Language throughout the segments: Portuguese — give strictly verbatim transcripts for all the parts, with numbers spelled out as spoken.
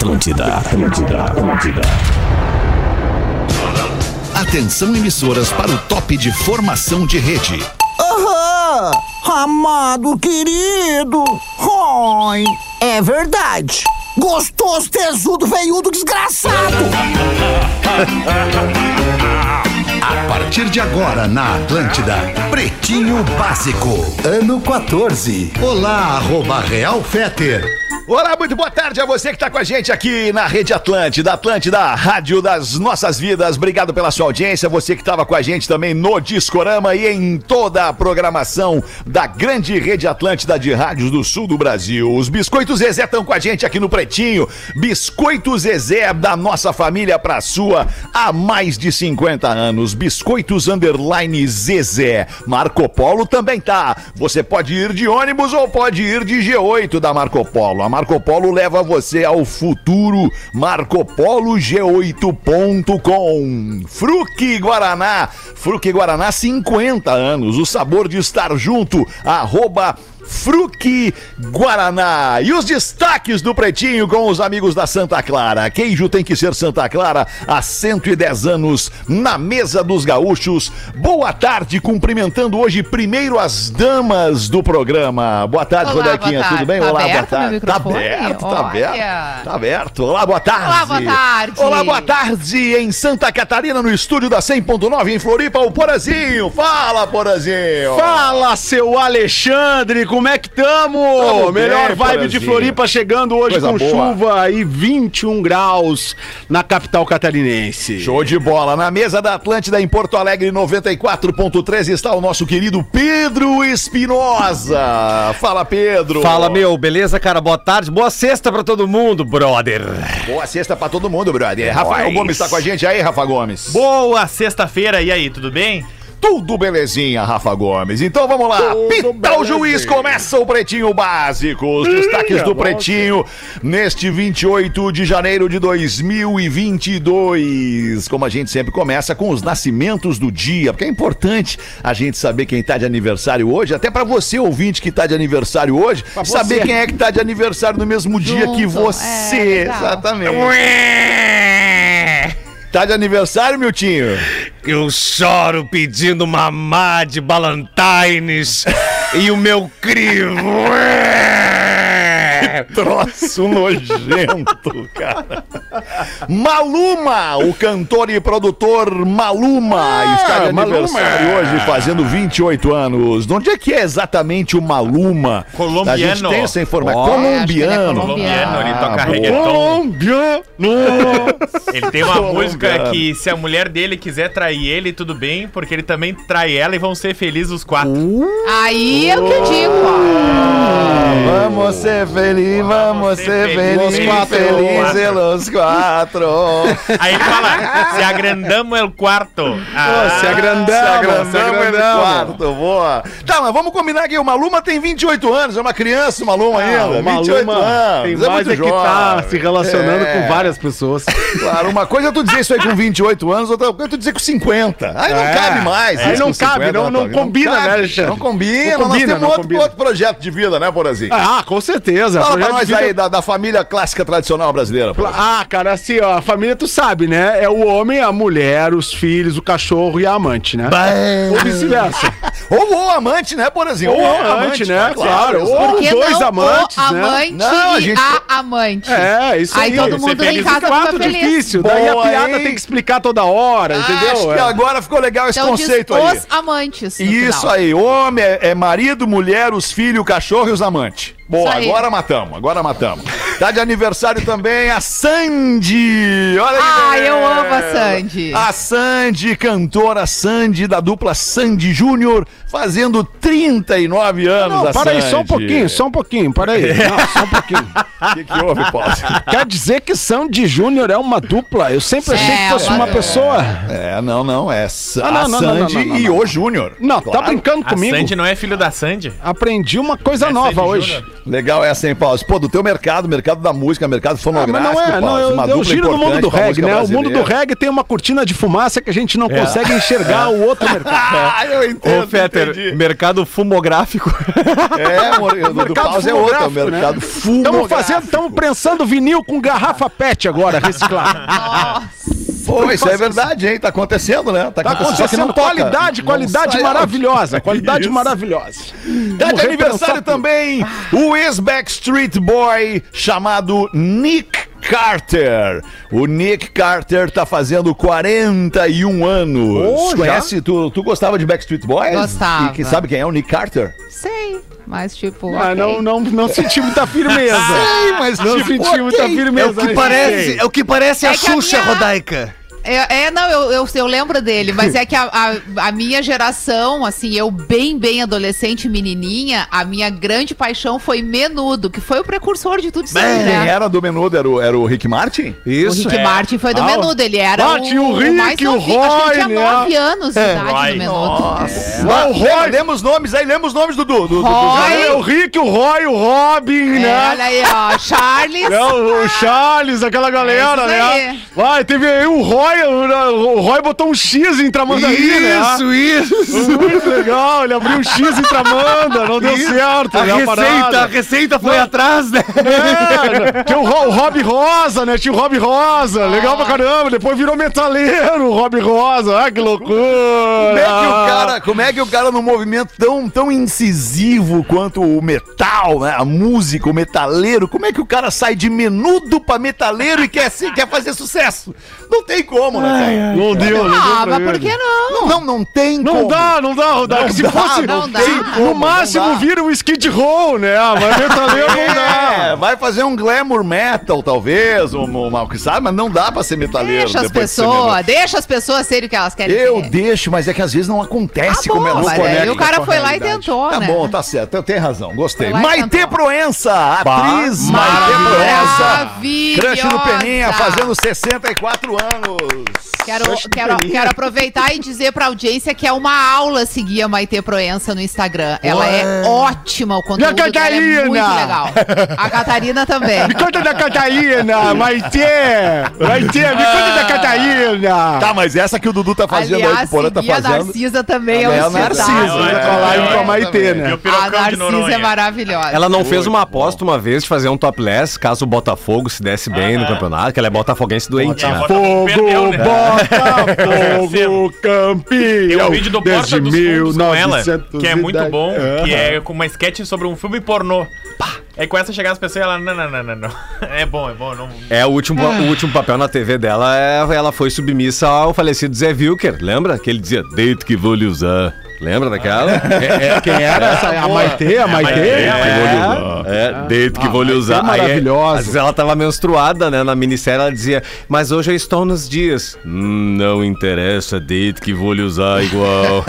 Atlântida, Atlântida, Atlântida. Atenção, emissoras, para o top de formação de rede. Aham, amado querido. Oi, é verdade. Gostoso, tesudo, veiudo, desgraçado. A partir de agora na Atlântida, Pretinho Básico, ano quatorze. Olá, arroba Real Feter. Olá, muito boa tarde a você que está com a gente aqui na Rede Atlântida, Atlântida, rádio das nossas vidas. Obrigado pela sua audiência, você que estava com a gente também no Discorama e em toda a programação da grande Rede Atlântida de rádios do sul do Brasil. Os Biscoitos Zezé estão com a gente aqui no Pretinho. Biscoitos Zezé, da nossa família pra sua há mais de cinquenta anos. Biscoitos Underline Zezé. Marco Polo também tá. Você pode ir de ônibus ou pode ir de G oito da Marco Polo. A Marco Polo leva você ao futuro. Marco Polo G oito ponto com. Fruque Guaraná. Fruque Guaraná, cinquenta anos. O sabor de estar junto. Arroba Fruque Guaraná. E os destaques do Pretinho com os amigos da Santa Clara. Queijo tem que ser Santa Clara há cento e dez anos na mesa dos gaúchos. Boa tarde, cumprimentando hoje primeiro as damas do programa. Boa tarde, Olá, Rodequinha, boa tarde. tudo bem? Tá Olá, boa aberto tarde. meu Tá microfone? aberto, tá Olha. aberto. Tá aberto. Olá, boa tarde. Olá, boa tarde. Olá, boa tarde em Santa Catarina, no estúdio da cem ponto nove em Floripa, o Porazinho. Fala, Porazinho. Fala, seu Alexandre, como é que tamo? Tamo Melhor bem, vibe Porazinho. de Floripa chegando hoje Coisa com boa. chuva e vinte e um graus na capital catarinense. Show de bola. Na mesa da Atlântida em Porto Alegre, noventa e quatro ponto três, está o nosso querido Pedro Espinosa. Fala, Pedro. Fala, meu, beleza, cara? Boa tarde, boa sexta pra todo mundo, brother. Boa sexta pra todo mundo, brother. Rafael nóis. Gomes tá com a gente aí, Rafa Gomes. Boa sexta-feira, e aí, tudo bem? Tudo belezinha, Rafa Gomes. Então vamos lá. Pita o juiz, começa o Pretinho Básico. Os destaques do Pretinho neste vinte e oito de janeiro de dois mil e vinte e dois. Como a gente sempre começa com os nascimentos do dia, porque é importante a gente saber quem tá de aniversário hoje, até pra você, ouvinte, que tá de aniversário hoje, saber quem é que tá de aniversário no mesmo dia Junto, que você. é, legal. Exatamente. Tá de aniversário, Miltinho? Eu choro pedindo mamá de Ballantines e o meu crivo. Troço nojento, cara. Maluma, o cantor e produtor Maluma, Ah, está de Maluma. aniversário hoje, fazendo vinte e oito anos. De onde é que é exatamente o Maluma? Colombiano. A gente tem essa informação. Oh, colombiano. acho que ele é colombiano. Ele toca boa. reggaeton. Colombiano. Ele tem uma Colombiano. música que se a mulher dele quiser trair ele, tudo bem, porque ele também trai ela e vão ser felizes os quatro. Aí é o que eu digo, ó. Vamos ser felizes, vamos ser felizes, Os quatro. felizes os quatro. Aí ele fala, se agrandamos el quarto. Ah, se agrandamos, Se agrandamos, se agrandamos. quarto, boa. Tá, mas vamos combinar que o Maluma tem vinte e oito anos, é uma criança o Maluma ainda, o vinte e oito Maluma anos. tem é mais muito é que tá jovem. se relacionando É. com várias pessoas. Claro, uma coisa é tu dizer isso aí com vinte e oito anos, outra coisa é tu dizer com cinquenta. Aí não É. cabe mais. Aí isso não com cabe, cinquenta, não- não cabe. combina, cabe, né, Alexandre? Não combina, Não nós combina, temos não outro, combina. outro projeto de vida, né, Porazinho? Ah, com certeza. Fala pra Projeto nós de vida- aí da, da família clássica tradicional brasileira. Porazinho. Ah, cara, assim, ó, a família, tu sabe, né? É o homem, a mulher, os filhos, o cachorro e a amante, né? Ou vice-versa. Ou o amante, né, Porazinho? Ou o amante, né? Claro. Ou Por os que dois não amantes, o né? amante Não, a e gente- a amante? É, isso aí. Aí todo Você mundo feliz em casa fica fica quatro feliz. difícil. Daí a Boa, piada hein? tem que explicar toda hora, entendeu? Acho que É. agora ficou legal esse Então diz conceito aí. os amantes no Isso final. aí, homem é, é marido, mulher, os filhos, o cachorro e os amantes. Boa, Isso aí. agora matamos, agora matamos. Tá de aniversário também a Sandy. Olha que Ah, beleza. eu amo a Sandy. A Sandy, cantora Sandy, da dupla Sandy Júnior, fazendo trinta e nove anos. Não, a para aí, só um Sandy. pouquinho, só um pouquinho, para aí. Não, só um pouquinho. O que, que houve, Paulo? Quer dizer que Sandy Júnior é uma dupla? Eu sempre achei É, que fosse uma- uma pessoa. É, não, não, é Sa- Ah, não, a não, não, não, Sandy não, não, e não. o Júnior. Não, tá Claro. brincando A comigo? Sandy não é filho da Sandy? Aprendi uma coisa É nova Sandy hoje. Júnior. Legal essa, hein, Paulo? Pô, do teu mercado, mercado da música, mercado Ah, fonográfico. mas não é, não, Paulo, eu, uma eu dupla giro no mundo do importante pra reggae, música né? O mundo do brasileira. reggae tem uma cortina de fumaça que a gente não consegue enxergar o outro mercado. Ah, eu entendo. Ô, Fetter, entendi. mercado fumográfico. É, o do, do mercado Pause é outro, é o fumográfico, mercado né? fumográfico. Estamos fazendo, estamos prensando vinil com garrafa pet agora, reciclado. Pô, isso é verdade, hein? Tá acontecendo, né? Tá só que não acontecendo toca. qualidade, Não qualidade sai maravilhosa, áudio. qualidade Isso. maravilhosa. Tá Vamos de aniversário repensar também o ex-Backstreet Boy chamado Nick Carter. O Nick Carter tá fazendo quarenta e um anos. Oh, já? Conhece? Tu, tu gostava de Backstreet Boys? Gostava. E que sabe quem é o Nick Carter? Sei, mas tipo. Ah, ok. não, não, não senti muita firmeza. Sei, mas Não tipo, senti ok. muita firmeza. É o que nesse parece, sei. é o que parece É a que a Xuxa minha- Rodaica. É, é, não, eu, eu, eu lembro dele, mas é que a, a, a minha geração, assim, eu bem, bem adolescente, menininha, a minha grande paixão foi Menudo, que foi o precursor de tudo isso aí, Quem né? era do Menudo? Era o, era o Rick Martin? O Isso. Rick é. Martin foi do Ah, Menudo, ele era ah, tinha o Rick, mais o novinho, acho que ele tinha Roy, né? nove anos de idade Roy. no Menudo. Ah, o Lembra- Roy, Lembra os nomes aí? Lembra os nomes, Dudu? Do, do, do, Roy. é o Rick, o Roy, o Robin, É, né? olha aí, ó, Charles. É, o, o Charles, aquela galera, É isso né? aí. Vai, teve aí o Roy, o, o Roy botou um X em Tramandaí, né? Isso, isso. Muito legal, ele abriu um X em Tramanda, não deu certo, A né? receita, parada. a receita foi atrás, né? É, tinha o, Ro- o Rob Rosa, né? Tinha o Rob Rosa, legal pra caramba. Depois virou metaleiro o Rob Rosa. Ah, que loucura! Como é que o cara, como é que o cara num movimento tão, tão incisivo quanto o metal, né? A música, o metaleiro, como é que o cara sai de Menudo pra metaleiro e quer, se- quer fazer sucesso? Não tem como, né, cara? Não deu, não deu Ah, pra mas por ele. que não? Não, não, não tem Não como. dá, não dá, Rodaica. Não Se dá, fosse, não dá. se- como, no máximo não dá. vira um skid roll, né? Mas metaleiro não É, dá. vai fazer um glamour metal, talvez, um, um, que sabe, mas não dá pra ser metaleiro. Deixa as depois de ser pessoas, Menudo. deixa as pessoas serem o que elas querem Eu ser. deixo, mas é que às vezes não acontece Tá como bom, elas mas conectam aí o cara com a foi lá e realidade. tentou, Tá né? bom, tá certo, eu tenho razão, gostei. Foi lá e Maitê tentou. Proença, atriz Maitê maravilhosa. Proença. Crush no Peninha, fazendo sessenta e quatro anos. Quero, quero, quero aproveitar e dizer pra audiência que é uma aula seguir a Maitê Proença no Instagram. Ela é ótima, o conteúdo E a dela é Catarina? muito legal. A Catarina também. Me conta da Catarina, Maitê. Maitê, me conta da Catarina. Tá, mas essa que o Dudu tá fazendo aí, que Aliás, o Porã tá seguir a fazendo. Narcisa também é Também é um a Narcisa, espetáculo. né? é, Com a live é, com a Maitê, E né? o A pirocão de Narcisa Noronha. é maravilhosa. Ela não fez uma aposta uma vez de fazer um topless caso o Botafogo se desse bem no campeonato, que ela é botafoguense doente, né? Botafogo perdeu, né? Botafogo, campeão. Tem um vídeo do Porta dos Fundos com ela, que é muito bom, Aham. que é com uma sketch sobre um filme pornô. É com essa chegar as pessoas e ela, não, não, não, não, não. É bom, é bom. Não... É, o último, o último papel na T V dela, é, ela foi submissa ao falecido Zé Wilker, lembra? Que ele dizia, deito que vou lhe usar. Lembra daquela? É, quem era essa? A Maitê? A Maitê? Maitê, É, é, deito que Ah, vou lhe mas usar. é maravilhosa. Aí, às vezes ela tava menstruada, né? Na minissérie ela dizia, mas hoje eu estou nos dias. Hum, não interessa, deito que vou lhe usar igual.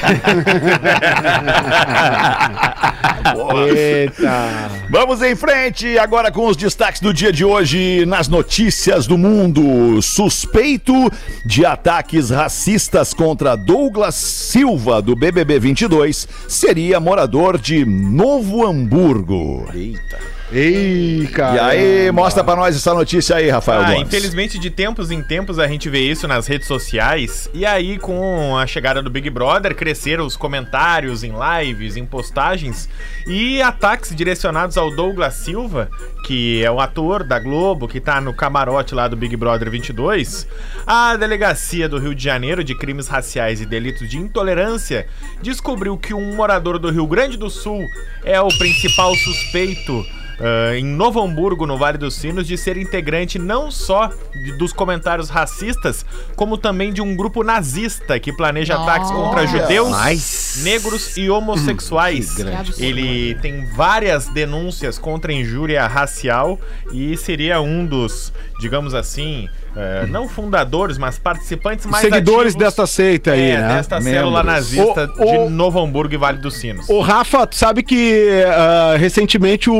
Eita. Vamos em frente agora com os destaques do dia de hoje nas notícias do mundo. Suspeito de ataques racistas contra Douglas Silva, do B B B vinte e dois, seria morador de Novo Hamburgo. Ei, cara. E aí, mostra pra nós essa notícia aí, Rafael Ah, Gomes. infelizmente, de tempos em tempos a gente vê isso nas redes sociais. E aí, com a chegada do Big Brother, cresceram os comentários em lives, em postagens e ataques direcionados ao Douglas Silva, que é o ator da Globo, que tá no camarote lá do Big Brother vinte e dois. A Delegacia do Rio de Janeiro de Crimes Raciais e Delitos de Intolerância descobriu que um morador do Rio Grande do Sul é o principal suspeito Uh, em Novo Hamburgo, no Vale dos Sinos, de ser integrante não só de, dos comentários racistas, como também de um grupo nazista que planeja Nossa. ataques contra judeus, Mas- negros e homossexuais. Que grande. Ele tem várias denúncias contra injúria racial e seria um dos, digamos assim, uh, não fundadores, mas participantes mais Seguidores ativos, desta seita aí, é, né? desta célula Membros. nazista O- o- de Novo Hamburgo e Vale dos Sinos. Ô, Rafa, tu sabe que ah, recentemente o Fantástico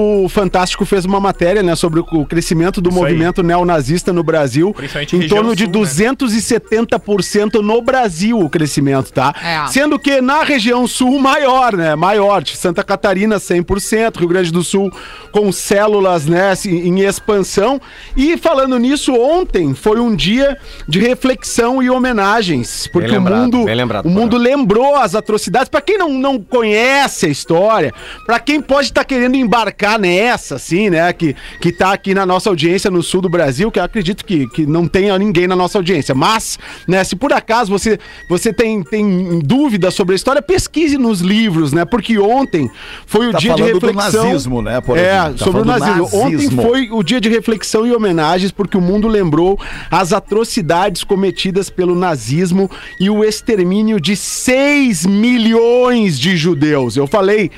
Fantástico fez uma matéria, né, sobre o crescimento do Isso movimento neonazista no Brasil. Principalmente em Em torno região de sul, né? duzentos e setenta por cento no Brasil o crescimento, tá? É. Sendo que na região sul, maior, né? Maior. Santa Catarina, cem por cento. Rio Grande do Sul, com células, né, em expansão. E falando nisso, ontem foi um dia de reflexão e homenagens. Porque Bem lembrado, o mundo, bem lembrado, o mundo lembrou as atrocidades. Pra quem não, não conhece a história, pra quem pode estar querendo embarcar nessa, assim, né? Que, que tá aqui na nossa audiência no sul do Brasil, que eu acredito que, que não tenha ninguém na nossa audiência. Mas, né, se por acaso você, você tem, tem dúvida sobre a história, pesquise nos livros, né? Porque ontem foi o Tá dia de falando do reflexão. nazismo, né, por É, exemplo. Tá sobre o falando do nazismo. Ontem nazismo. foi o dia de reflexão e homenagens, porque o mundo lembrou as atrocidades cometidas pelo nazismo e o extermínio de seis milhões de judeus. Eu falei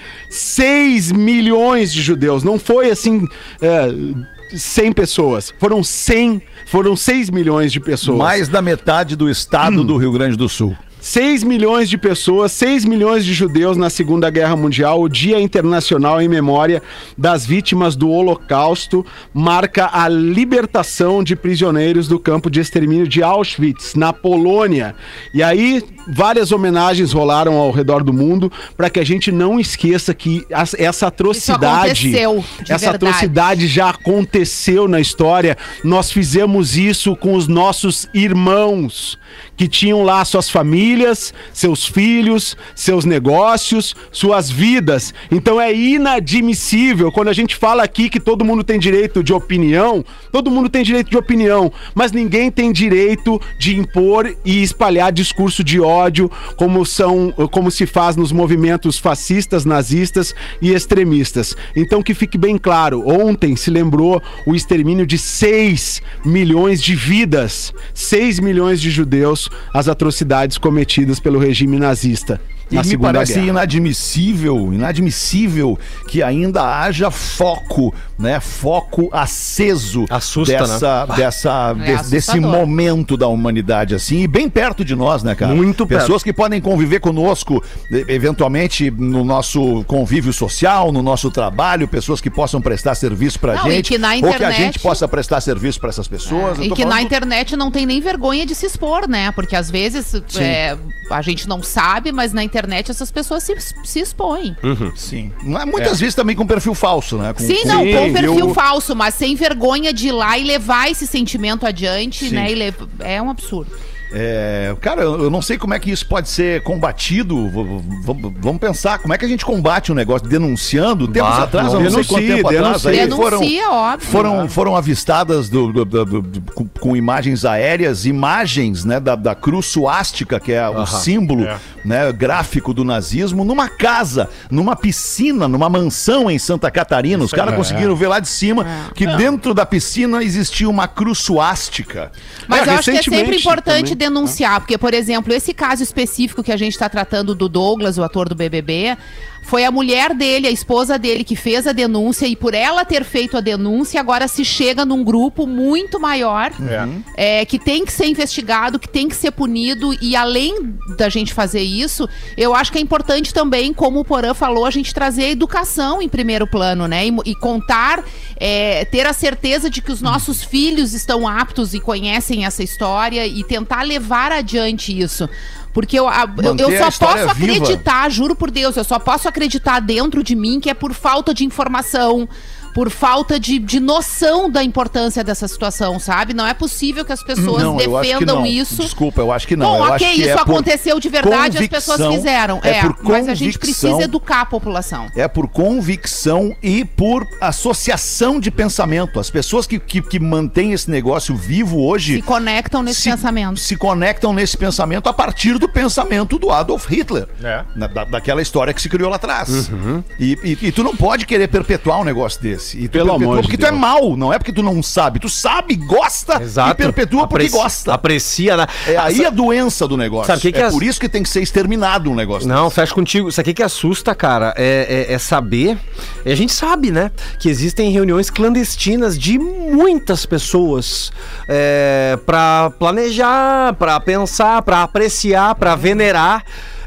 seis milhões de judeus. Não foi assim, é, cem pessoas. Foram cem, foram seis milhões de pessoas. Mais da metade do estado do Rio Grande do Sul. seis milhões de pessoas, seis milhões de judeus na Segunda Guerra Mundial. O Dia Internacional em Memória das Vítimas do Holocausto marca a libertação de prisioneiros do campo de extermínio de Auschwitz, na Polônia. E aí, várias homenagens rolaram ao redor do mundo para que a gente não esqueça que as- essa atrocidade... aconteceu, de essa verdade. atrocidade já aconteceu na história. Nós fizemos isso com os nossos irmãos, que tinham lá suas famílias, seus filhos, seus negócios, suas vidas. Então é inadmissível quando a gente fala aqui que todo mundo tem direito de opinião, todo mundo tem direito de opinião, mas ninguém tem direito de impor e espalhar discurso de ódio como são, como se faz nos movimentos fascistas, nazistas e extremistas. Então que fique bem claro, ontem se lembrou o extermínio de seis milhões de vidas, seis milhões de judeus, as atrocidades cometidas pelo regime nazista. E na me Segunda parece Guerra. inadmissível, inadmissível que ainda haja foco, né? Foco aceso Assusta, dessa, né? dessa, É de- desse assustador. momento da humanidade, assim, e bem perto de nós, né, cara? Muito perto. Pessoas que podem conviver conosco, e- eventualmente, no nosso convívio social, no nosso trabalho, pessoas que possam prestar serviço pra Não, e gente, que na ou que a internet- gente possa prestar serviço pra essas pessoas. Eu E tô que na falando- internet não tem nem vergonha de se expor, né? Porque às vezes é, a gente não sabe, mas na internet essas pessoas se, se expõem. Sim. Mas muitas vezes também com perfil falso, né? Com, Sim, com- não, com Sim, perfil viu? falso, mas sem vergonha de ir lá e levar esse sentimento adiante, Sim. né? E lev- É um absurdo. É, cara, eu eu não sei como é que isso pode ser combatido. V- v- v- Vamos pensar, como é que a gente combate um negócio denunciando? Tempos Bah, atrás, não. eu não sei quanto Denuncie, tempo atrás, denuncie. aí foram, Denuncia, óbvio. foram, foram avistadas do- do- do- do- do- com, com imagens aéreas, imagens, né, da, da cruz suástica, que é o símbolo, É. né, gráfico do nazismo, numa casa, numa piscina, numa mansão em Santa Catarina. Os caras conseguiram ver lá de cima que dentro da piscina existia uma cruz suástica. Mas É, eu acho que é sempre recentemente importante também. denunciar, porque, por exemplo, esse caso específico que a gente está tratando do Douglas, o ator do B B B, foi a mulher dele, a esposa dele, que fez a denúncia, e por ela ter feito a denúncia, agora se chega num grupo muito maior, é, que tem que ser investigado, que tem que ser punido, e além da gente fazer isso, eu acho que é importante também, como o Porã falou, a gente trazer a educação em primeiro plano, né? E, e contar, é, ter a certeza de que os nossos filhos estão aptos e conhecem essa história e tentar levar adiante isso. Porque eu, a- eu, eu Manter a só história posso viva. acreditar, juro por Deus, eu só posso acreditar dentro de mim que é por falta de informação, por falta de, de noção da importância dessa situação, sabe? Não é possível que as pessoas Não, eu acho que defendam não. isso. Desculpa, eu acho que não. Bom, eu ok, acho que isso é por aconteceu de verdade, as pessoas convicção, fizeram. É, É, por mas a gente convicção. precisa educar a população. É por convicção e por associação de pensamento. As pessoas que, que, que mantêm esse negócio vivo hoje Se conectam nesse se, pensamento. se conectam nesse pensamento a partir do pensamento do Adolf Hitler. É. Na- da- daquela história que se criou lá atrás. E, e- e tu não pode querer perpetuar um negócio desse. E tu Pelo perpetua amor de porque tu é Deus. mal, não é porque tu não sabe. Tu sabe, gosta e perpetua porque Apreci- gosta. Aprecia, né? É aí Ah, a doença do negócio. Sabe o que que é as- por isso que tem que ser exterminado um negócio Não, desse. fecha contigo. Isso aqui que assusta, cara, é, é- é saber. E a gente sabe, né? Que existem reuniões clandestinas de muitas pessoas é, pra planejar, pra pensar, pra apreciar, pra venerar.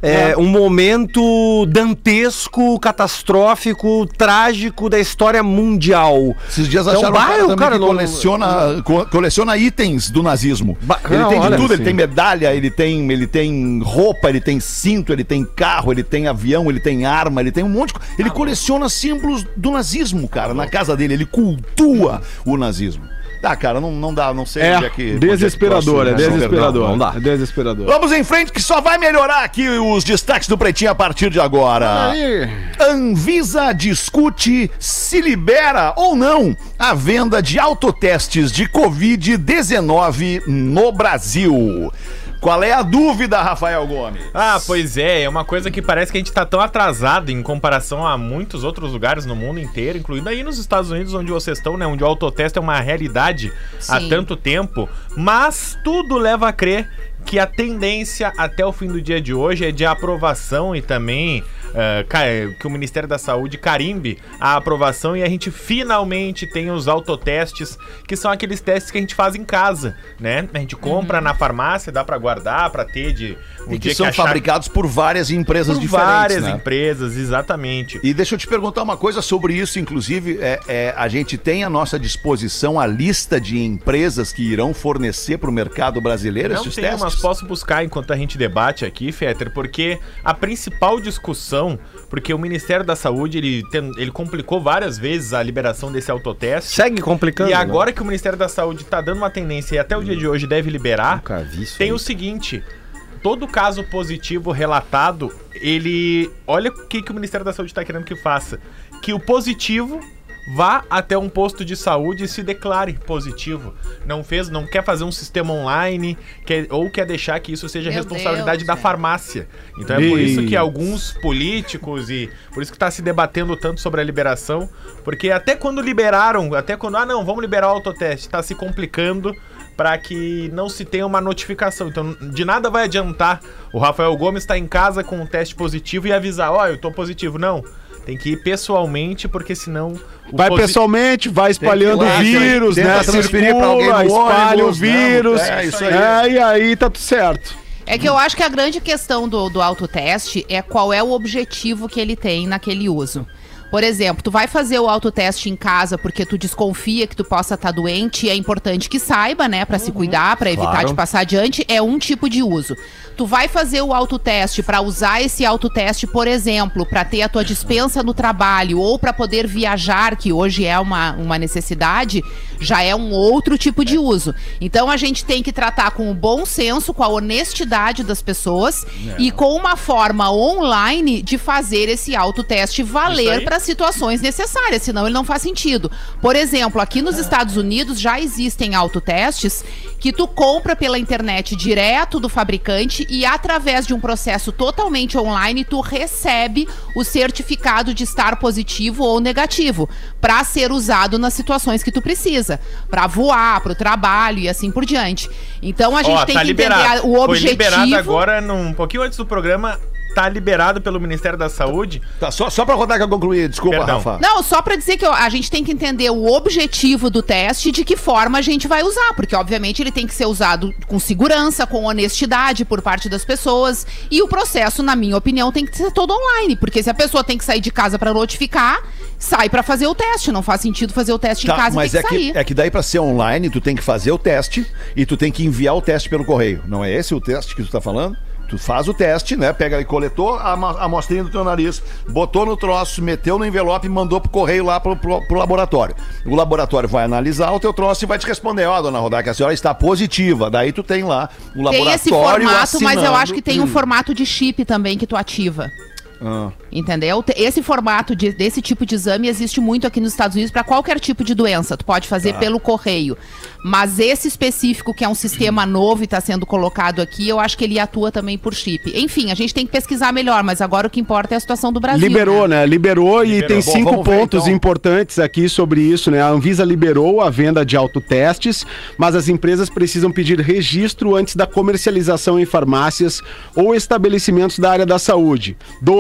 é, um momento dantesco, catastrófico, trágico da história mundial. Esses dias Então, acharam bah, um cara o também cara que não- coleciona, co- coleciona itens do nazismo. Ba- Ele não, tem de olha, tudo, ele sim. tem medalha, ele tem, ele tem roupa, ele tem cinto, ele tem carro, ele tem avião, ele tem arma, ele tem um monte de coisa. Ele coleciona símbolos do nazismo, cara, na casa dele. Ele cultua o nazismo. Tá, cara, não, não dá, não sei É, onde é que... desesperador, onde é é que eu assumo, desesperador. não dá. É desesperador. Vamos em frente que só vai melhorar aqui os destaques do Pretinho a partir de agora. Aí. Anvisa discute se libera ou não a venda de autotestes de covid dezenove no Brasil. Qual é a dúvida, Rafael Gomes? Ah, pois é, é uma coisa que parece que a gente tá tão atrasado em comparação a muitos outros lugares no mundo inteiro, incluindo aí nos Estados Unidos, onde vocês estão, né? Onde o autoteste é uma realidade há Sim. tanto tempo, mas tudo leva a crer que a tendência até o fim do dia de hoje é de aprovação e também uh, ca- que o Ministério da Saúde carimbe a aprovação e a gente finalmente tem os autotestes, que são aqueles testes que a gente faz em casa, né? A gente compra na farmácia, dá pra guardar, pra ter de um E que dia são achar- fabricados por várias empresas por diferentes, várias né? empresas, exatamente. E deixa eu te perguntar uma coisa sobre isso, inclusive, é, é, a gente tem à nossa disposição a lista de empresas que irão fornecer para o mercado brasileiro Não esses tenho, testes? mas posso buscar enquanto a gente debate aqui, Fetter, porque a principal discussão, porque o Ministério da Saúde, ele, tem- ele complicou várias vezes a liberação desse autoteste. Segue complicando. E né? agora que o Ministério da Saúde está dando uma tendência e até o dia de hoje deve liberar, Nunca vi isso tem aí. o seguinte: todo caso positivo relatado, ele. Olha o que, que o Ministério da Saúde está querendo que faça. Que o positivo vá até um posto de saúde e se declare positivo. Não fez, não quer fazer um sistema online, quer, ou quer deixar que isso seja Meu responsabilidade Deus, da velho. farmácia. Então é por isso que Isso. alguns políticos e por isso que está se debatendo tanto sobre a liberação, porque até quando liberaram, até quando, ah não, vamos liberar o autoteste, está se complicando para que não se tenha uma notificação. Então, de nada vai adiantar o Rafael Gomes estar em casa com um teste positivo e avisar, ó, eu tô positivo. Não, tem que ir pessoalmente, porque senão... o Vai posi- pessoalmente, vai espalhando Tem que o ir lá, vírus, tenta né? transferir pra alguém no Circula, espalha ônibus, o vírus. não, é isso aí. É, e aí tá tudo certo. É que eu acho que a grande questão do, do autoteste é qual é o objetivo que ele tem naquele uso. Por exemplo, tu vai fazer o autoteste em casa porque tu desconfia que tu possa estar doente e é importante que saiba, né, pra se cuidar, pra evitar claro. de passar adiante, é um tipo de uso. Tu vai fazer o autoteste pra usar esse autoteste, por exemplo, pra ter a tua dispensa no trabalho ou pra poder viajar, que hoje é uma, uma necessidade, já é um outro tipo de uso. Então a gente tem que tratar com o bom senso, com a honestidade das pessoas e com uma forma online de fazer esse autoteste Isso valer aí. para situações necessárias, senão ele não faz sentido. Por exemplo, aqui nos Estados Unidos já existem autotestes que tu compra pela internet direto do fabricante e através de um processo totalmente online tu recebe o certificado de estar positivo ou negativo para ser usado nas situações que tu precisa, para voar, para o trabalho e assim por diante. Então a gente Ó, tem tá que liberado. entender o Foi objetivo. liberado agora, num, um pouquinho antes do programa, tá liberado pelo Ministério da Saúde. Tá, só, só pra rodar que eu concluí, desculpa, Perdão. Rafa. Não, só pra dizer que ó, a gente tem que entender o objetivo do teste e de que forma a gente vai usar, porque obviamente ele tem que ser usado com segurança, com honestidade por parte das pessoas, e o processo, na minha opinião, tem que ser todo online, porque se a pessoa tem que sair de casa pra notificar, sai pra fazer o teste, não faz sentido fazer o teste em Tá, casa e mas tem é que sair. que, é que daí pra ser online, tu tem que fazer o teste e tu tem que enviar o teste pelo correio. Não é esse o teste que tu tá falando? Tu faz o teste, né? Pega e coletou a ama- a amostrinha do teu nariz, botou no troço, meteu no envelope e mandou pro correio lá pro, pro, pro laboratório. O laboratório vai analisar o teu troço e vai te responder, ó, dona Rodaica, a senhora está positiva. Daí tu tem lá o laboratório Tem esse formato, mas eu assinando. acho que tem um Hum. formato de chip também que tu ativa. Ah. Entendeu? Te- Esse formato de- desse tipo de exame existe muito aqui nos Estados Unidos para qualquer tipo de doença. Tu pode fazer pelo correio. Mas esse específico, que é um sistema novo e está sendo colocado aqui, eu acho que ele atua também por chip. Enfim, a gente tem que pesquisar melhor, mas agora o que importa é a situação do Brasil. Liberou, né? Liberou, e Liberou. tem Bom, cinco vamos ver, pontos então. importantes aqui sobre isso, né? A Anvisa liberou a venda de autotestes, mas as empresas precisam pedir registro antes da comercialização em farmácias ou estabelecimentos da área da saúde. Dois,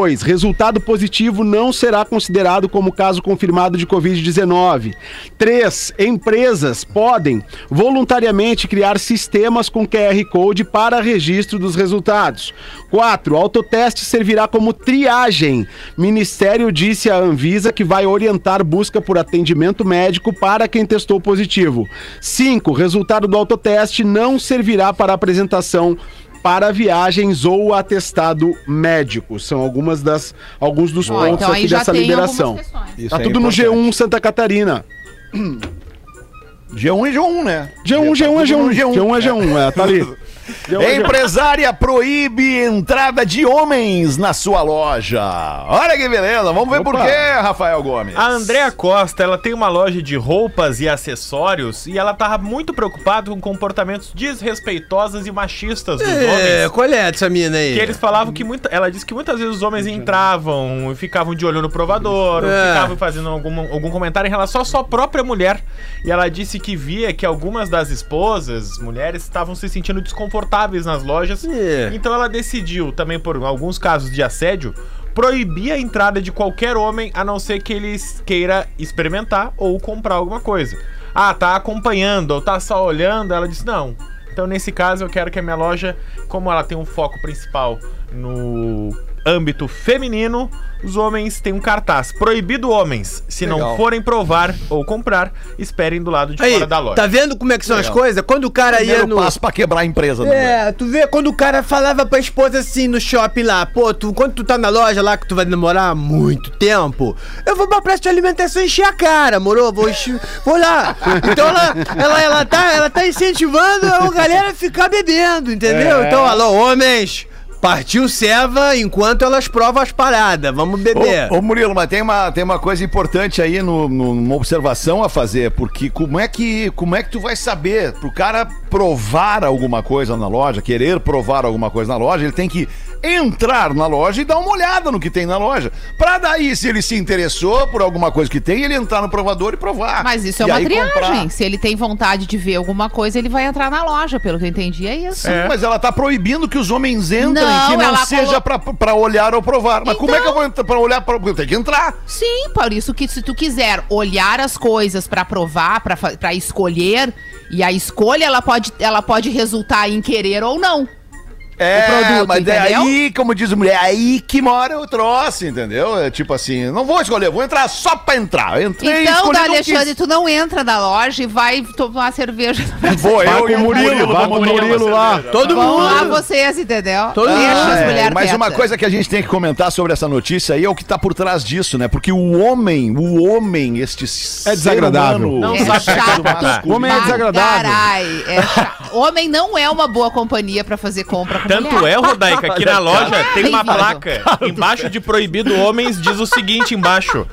dois. Resultado positivo não será considerado como caso confirmado de covid dezenove. três. Empresas podem voluntariamente criar sistemas com Q R Code para registro dos resultados. quatro. Autoteste servirá como triagem. Ministério disse à Anvisa que vai orientar busca por atendimento médico para quem testou positivo. cinco. Resultado do autoteste não servirá para apresentação para viagens ou atestado médico. São algumas das, alguns dos Ó, pontos então aí aqui já dessa tem liberação. algumas questões. Isso Tá é tudo no G um Santa Catarina. G um e G um, né? G um, G um é G um. G um é G um, é, tá ali. G um é G um. Empresária proíbe entrada de homens na sua loja. Olha que beleza. Vamos ver Opa. por quê, Rafael Gomes. A Andréa Costa, ela tem uma loja de roupas e acessórios e ela tava muito preocupada com comportamentos desrespeitosos e machistas dos É, homens. qual é essa mina aí? Que eles falavam que muita, ela disse que muitas vezes os homens entravam e ficavam de olho no provador, É. ficavam fazendo algum, algum comentário em relação à sua própria mulher. E ela disse que via que algumas das esposas, mulheres, estavam se sentindo desconfortáveis nas lojas. É. Então ela decidiu, também por alguns casos de assédio, proibir a entrada de qualquer homem, a não ser que ele queira experimentar ou comprar alguma coisa. Ah, tá acompanhando ou tá só olhando? Ela disse, não. Então, nesse caso, eu quero que a minha loja, como ela tem um foco principal no âmbito feminino, os homens têm um cartaz. Proibido homens. Se Legal. não forem provar ou comprar, esperem do lado de Aí, fora da loja. tá vendo como é que são Legal. as coisas? Quando o cara ia Primeiro no... passo pra quebrar a empresa. É, tu vê quando o cara falava pra esposa assim no shopping lá, pô, tu, quando tu tá na loja lá que tu vai demorar muito tempo, eu vou pra praça de alimentação encher a cara, moro? Vou, encher, vou lá. Então ela, ela, ela, tá, ela tá incentivando a galera a ficar bebendo, entendeu? É. Então, alô, homens, partiu ceva enquanto elas provam as paradas, vamos beber. Ô, ô Murilo, mas tem uma, tem uma coisa importante aí, no, no- uma observação a fazer, porque como é, que, como é que tu vai saber? Pro cara provar alguma coisa na loja, querer provar alguma coisa na loja, ele tem que entrar na loja e dar uma olhada no que tem na loja. Pra daí, se ele se interessou por alguma coisa que tem, ele entrar no provador e provar. Mas isso é E uma aí triagem. comprar. Se ele tem vontade de ver alguma coisa, ele vai entrar na loja. Pelo que eu entendi, é isso. Sim, mas ela tá proibindo que os homens entrem, Não, que não ela seja colo- pra, pra olhar ou provar. Mas como é que Então- eu vou entrar pra olhar? Pra... Eu tenho que entrar. Sim, por isso que se tu quiser olhar as coisas pra provar, pra fa- pra escolher, e a escolha ela pode, ela pode resultar em querer ou não. É, produto, mas é entendeu? aí, como diz a mulher, é aí que mora o troço, entendeu? É tipo assim, não vou escolher, vou entrar só pra entrar. Eu entrei, Então, escolhi, da não Alexandre, quis. tu não entra na loja e vai tomar cerveja. Vou, Vai eu com e o Murilo, vai com o Murilo lá. Todo Vão lá mundo. vocês, entendeu? Todo Deixa mundo. as É, mulheres mas uma quietas. coisa que a gente tem que comentar sobre essa notícia aí é o que tá por trás disso, né? Porque o homem, o homem, este ser desagradável. humano, Não É sabe chato. comportar. O homem é desagradável. Carai, é chato. Homem não é uma boa companhia pra fazer compra com Tanto mulher. é, Rodaica, que na loja tem uma Bem-vindo. placa embaixo de proibido homens, diz o seguinte embaixo.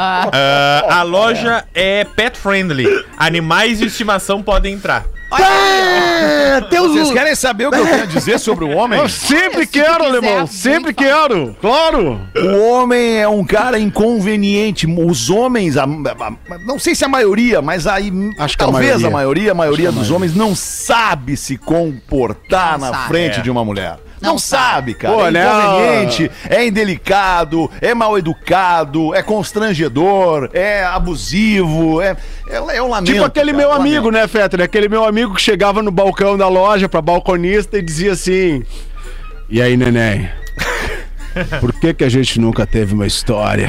Ah, a loja é pet friendly. Animais de estimação podem entrar. Ah, teus Vocês querem saber o que eu tenho a dizer sobre o homem? Eu sempre Se tu quero, quiser, alemão, vem sempre falar. quero, claro. O homem é um cara inconveniente. Os homens, a- a- não sei se a maioria, mas aí Acho que a talvez maioria. a maioria, a maioria dos homens não sabe se comportar Não na sabe. frente É. de uma mulher. Não, Não sabe, sabe. cara. Pô, é né, inconveniente, é indelicado, é mal educado, é constrangedor, é abusivo, é, é, é um lamento. Tipo aquele cara, meu um amigo, lamento. né, Fetter? Aquele meu amigo que chegava no balcão da loja pra balconista e dizia assim: E aí, neném? Por que que a gente nunca teve uma história?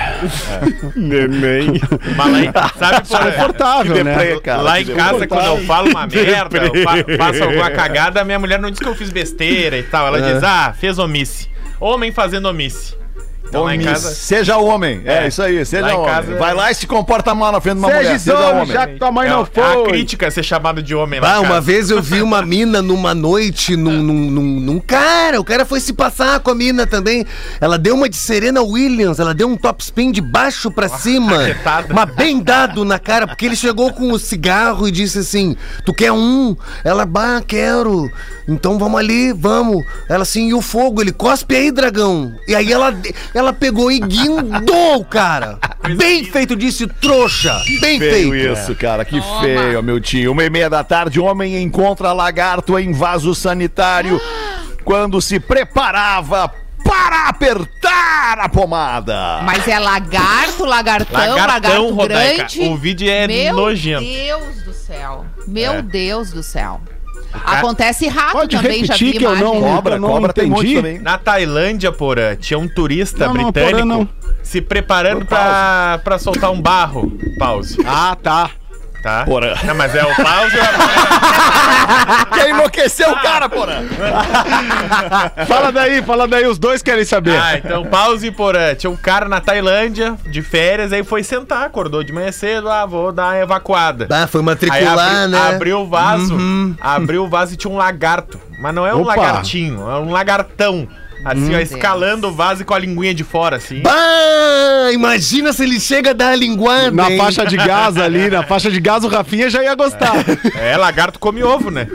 Neném. Mas lá em, sabe, pô, Confortável, né? deprê, cara, lá que em deprê. casa, quando eu falo uma merda, eu fa- faço alguma cagada, minha mulher não diz que eu fiz besteira e tal. Ela diz, ah, fez omisse. Homem fazendo omisse. Então lá em Homem, casa... Seja homem, é, É. isso aí, seja Lá em homem. casa- Vai lá e se comporta mal na frente de uma mulher, Seja seja homem, homem. já que tua mãe é, não é a foi. crítica ser chamado de homem lá Ah, em uma casa. vez eu vi uma mina numa noite num, num, num, num cara, o cara foi se passar com a mina também. Ela deu uma de Serena Williams, ela deu um top spin de baixo pra cima, raquetada. mas bem dado na cara, porque ele chegou com o cigarro e disse assim, tu quer um? Ela, bah, quero. Então vamos ali, vamos. Ela assim, e o fogo? Ele, cospe aí, dragão. E aí ela, ela pegou e guindou o cara. Bem feito, disse trouxa. Bem Feio feito. isso, cara, que Toma. feio, meu tio. Uma e meia da tarde, homem encontra lagarto em vaso sanitário quando se preparava para apertar a pomada. Mas é lagarto, lagartão, Lagartão, lagarto Rodaica. grande. O vídeo é Meu nojento. Deus do céu. Meu É. Deus do céu. cara- Acontece rato Pode também, já repetir vi que eu imagem. não- Cobra, eu não cobra tem entendi. muito também. Na Tailândia, porra, tinha um turista Não, não, britânico porra, não. se preparando pra, pra soltar um barro. Pause. Ah, tá. Tá? Porra. Não, mas é o pause. Quer enlouquecer o cara, porra. Fala daí, fala daí, os dois querem saber. Ah, então pause, porra. Tinha um cara na Tailândia, de férias, aí foi sentar, acordou de manhã cedo, ah, vou dar uma evacuada. Ah, foi Aí matricular, abri- né? abriu o vaso, Uhum. abriu o vaso e tinha um lagarto. Mas não é um Opa. lagartinho, é um lagartão. Assim, ó, escalando o vaso e com a linguinha de fora, assim. Bah, imagina se ele chega a dar a linguada, Na hein? faixa de gás ali, na faixa de gás, o Rafinha já ia gostar. É, lagarto come ovo, né?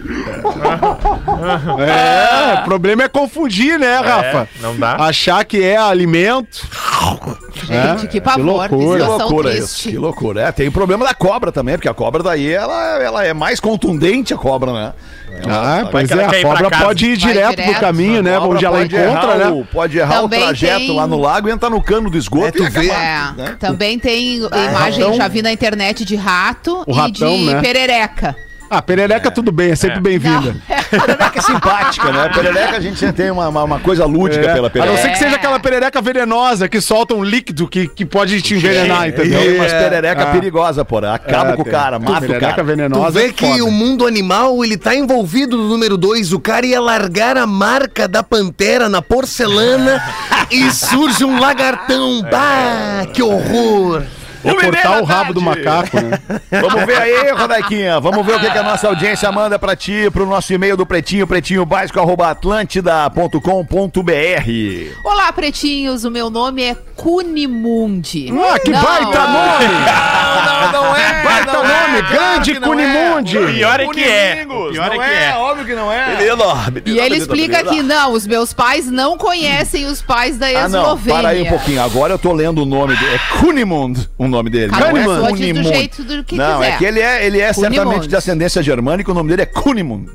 É, o problema é confundir, né, Rafa? não dá. Achar que é alimento. Gente, É, que pavor, que, que loucura. Que situação loucura isso, triste. que loucura. É, tem o problema da cobra também, porque a cobra daí, ela, ela é mais contundente, a cobra, né? Ah, pois que ela é, quer a ir pra cobra casa. pode ir Vai direto, direto. do caminho, né? A cobra Onde ela pode encontra, errar né? o- Pode errar Também o trajeto tem- lá no lago e entrar no cano do esgoto É, tu e acabar, vê. É, né? também tem imagem, ratão. já vi na internet de rato O e ratão, de né? perereca. Ah, perereca tudo bem, é sempre É. bem-vinda. Perereca é simpática, né? Perereca a gente sempre tem uma, uma, uma coisa lúdica É. pela A não perereca. ser que seja aquela perereca venenosa que solta um líquido que, que pode te envenenar, entendeu? Tem umas perereca Ah. perigosa, porra. Acaba É, com o tem. cara, mata o Perereca cara. Tu venenosa. vê é que foda. o mundo animal, ele tá envolvido no número dois. O cara ia largar a marca da pantera na porcelana e surge um lagartão. Bah, que horror! É O bebê cortar da o rabo do tarde. macaco, né? Vamos ver aí, Rodaiquinha. Vamos ver o que, que a nossa audiência manda pra ti, pro nosso e-mail do Pretinho, pretinho básico, arroba atlântida ponto com ponto br. Olá, pretinhos, o meu nome é Cunimundi. Ah, que Não, baita nome! Não, não, não é. Baita não é, nome, claro grande que não Cunimundi. O pior é que é. Unimingos, O pior é não que é. óbvio que não é. Menino, E ele explica que não, os meus pais não conhecem os pais da Ah, não, Eslovênia. para aí um pouquinho. Agora eu tô lendo o nome dele. É Kunimund o nome dele. Cada não é pessoa diz do Kunimund. jeito do que Não, quiser. é que ele é, ele é Kunimund. certamente de ascendência germânica, o nome dele é Kunimund.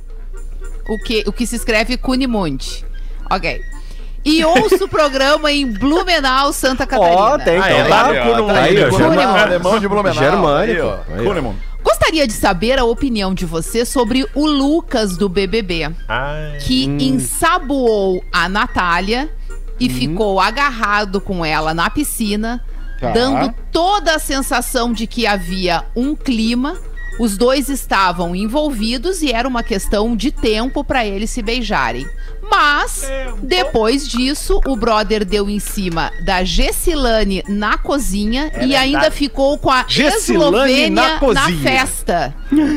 O que, o que se escreve Cunimundi. Ok. E ouço o programa em Blumenau, Santa Catarina. Ó, tem Ah, então é, tá. lá no Kunimund. Aí, ó, Kunimund, Kunimund. alemão de Blumenau. Germânico. Aí, ó. Aí, ó. Kunimund. Gostaria de saber a opinião de você sobre o Lucas do B B B, Ai. que ensaboou a Natália e ficou agarrado com ela na piscina, Tá. dando toda a sensação de que havia um clima. Os dois estavam envolvidos e era uma questão de tempo para eles se beijarem. Mas, depois disso, o brother deu em cima da Gessilane na cozinha e ainda ficou com a Gessilane na Eslovênia na, cozinha. festa.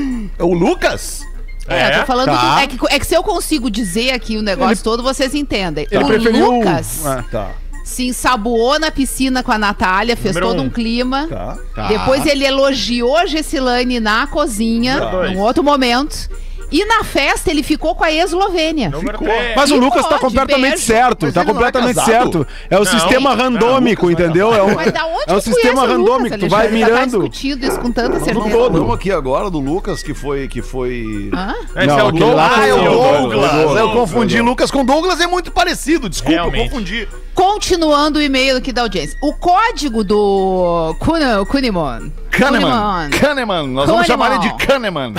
É o Lucas? É, eu tô falando Tá. do, é, que, é que se eu consigo dizer aqui o negócio todo, vocês entendem. Ele o preferiu... Lucas Ah, Tá. se ensaboou na piscina com a Natália, fez Número todo um. um clima. Tá. tá. Depois ele elogiou a Gessilane na cozinha, Número dois. num outro momento. E na festa ele ficou com a Eslovênia. Número Ficou. três. Mas o E Lucas tá pode, completamente beijo. certo, Mas tá ele não é completamente casado? certo. É o Não. sistema randômico, Lucas não é entendeu? É um, Mas da onde é um tu sistema conhece o randômico, Lucas, tu vai Alexandre? Tá mirando. discutindo isso com tanta Nós certeza. falamos aqui agora do Lucas, que foi... Que foi... Hã? Esse Não, é o aquele lá Douglas. foi Ah, é o o Douglas. Douglas. Eu confundi Lucas com Douglas, é muito parecido. Desculpa, eu Realmente. confundi. Continuando o e-mail aqui da audiência. O código do Kun- Kunimon. Kahneman. Kahneman. Nós vamos Kahneman. chamar ele de Kahneman.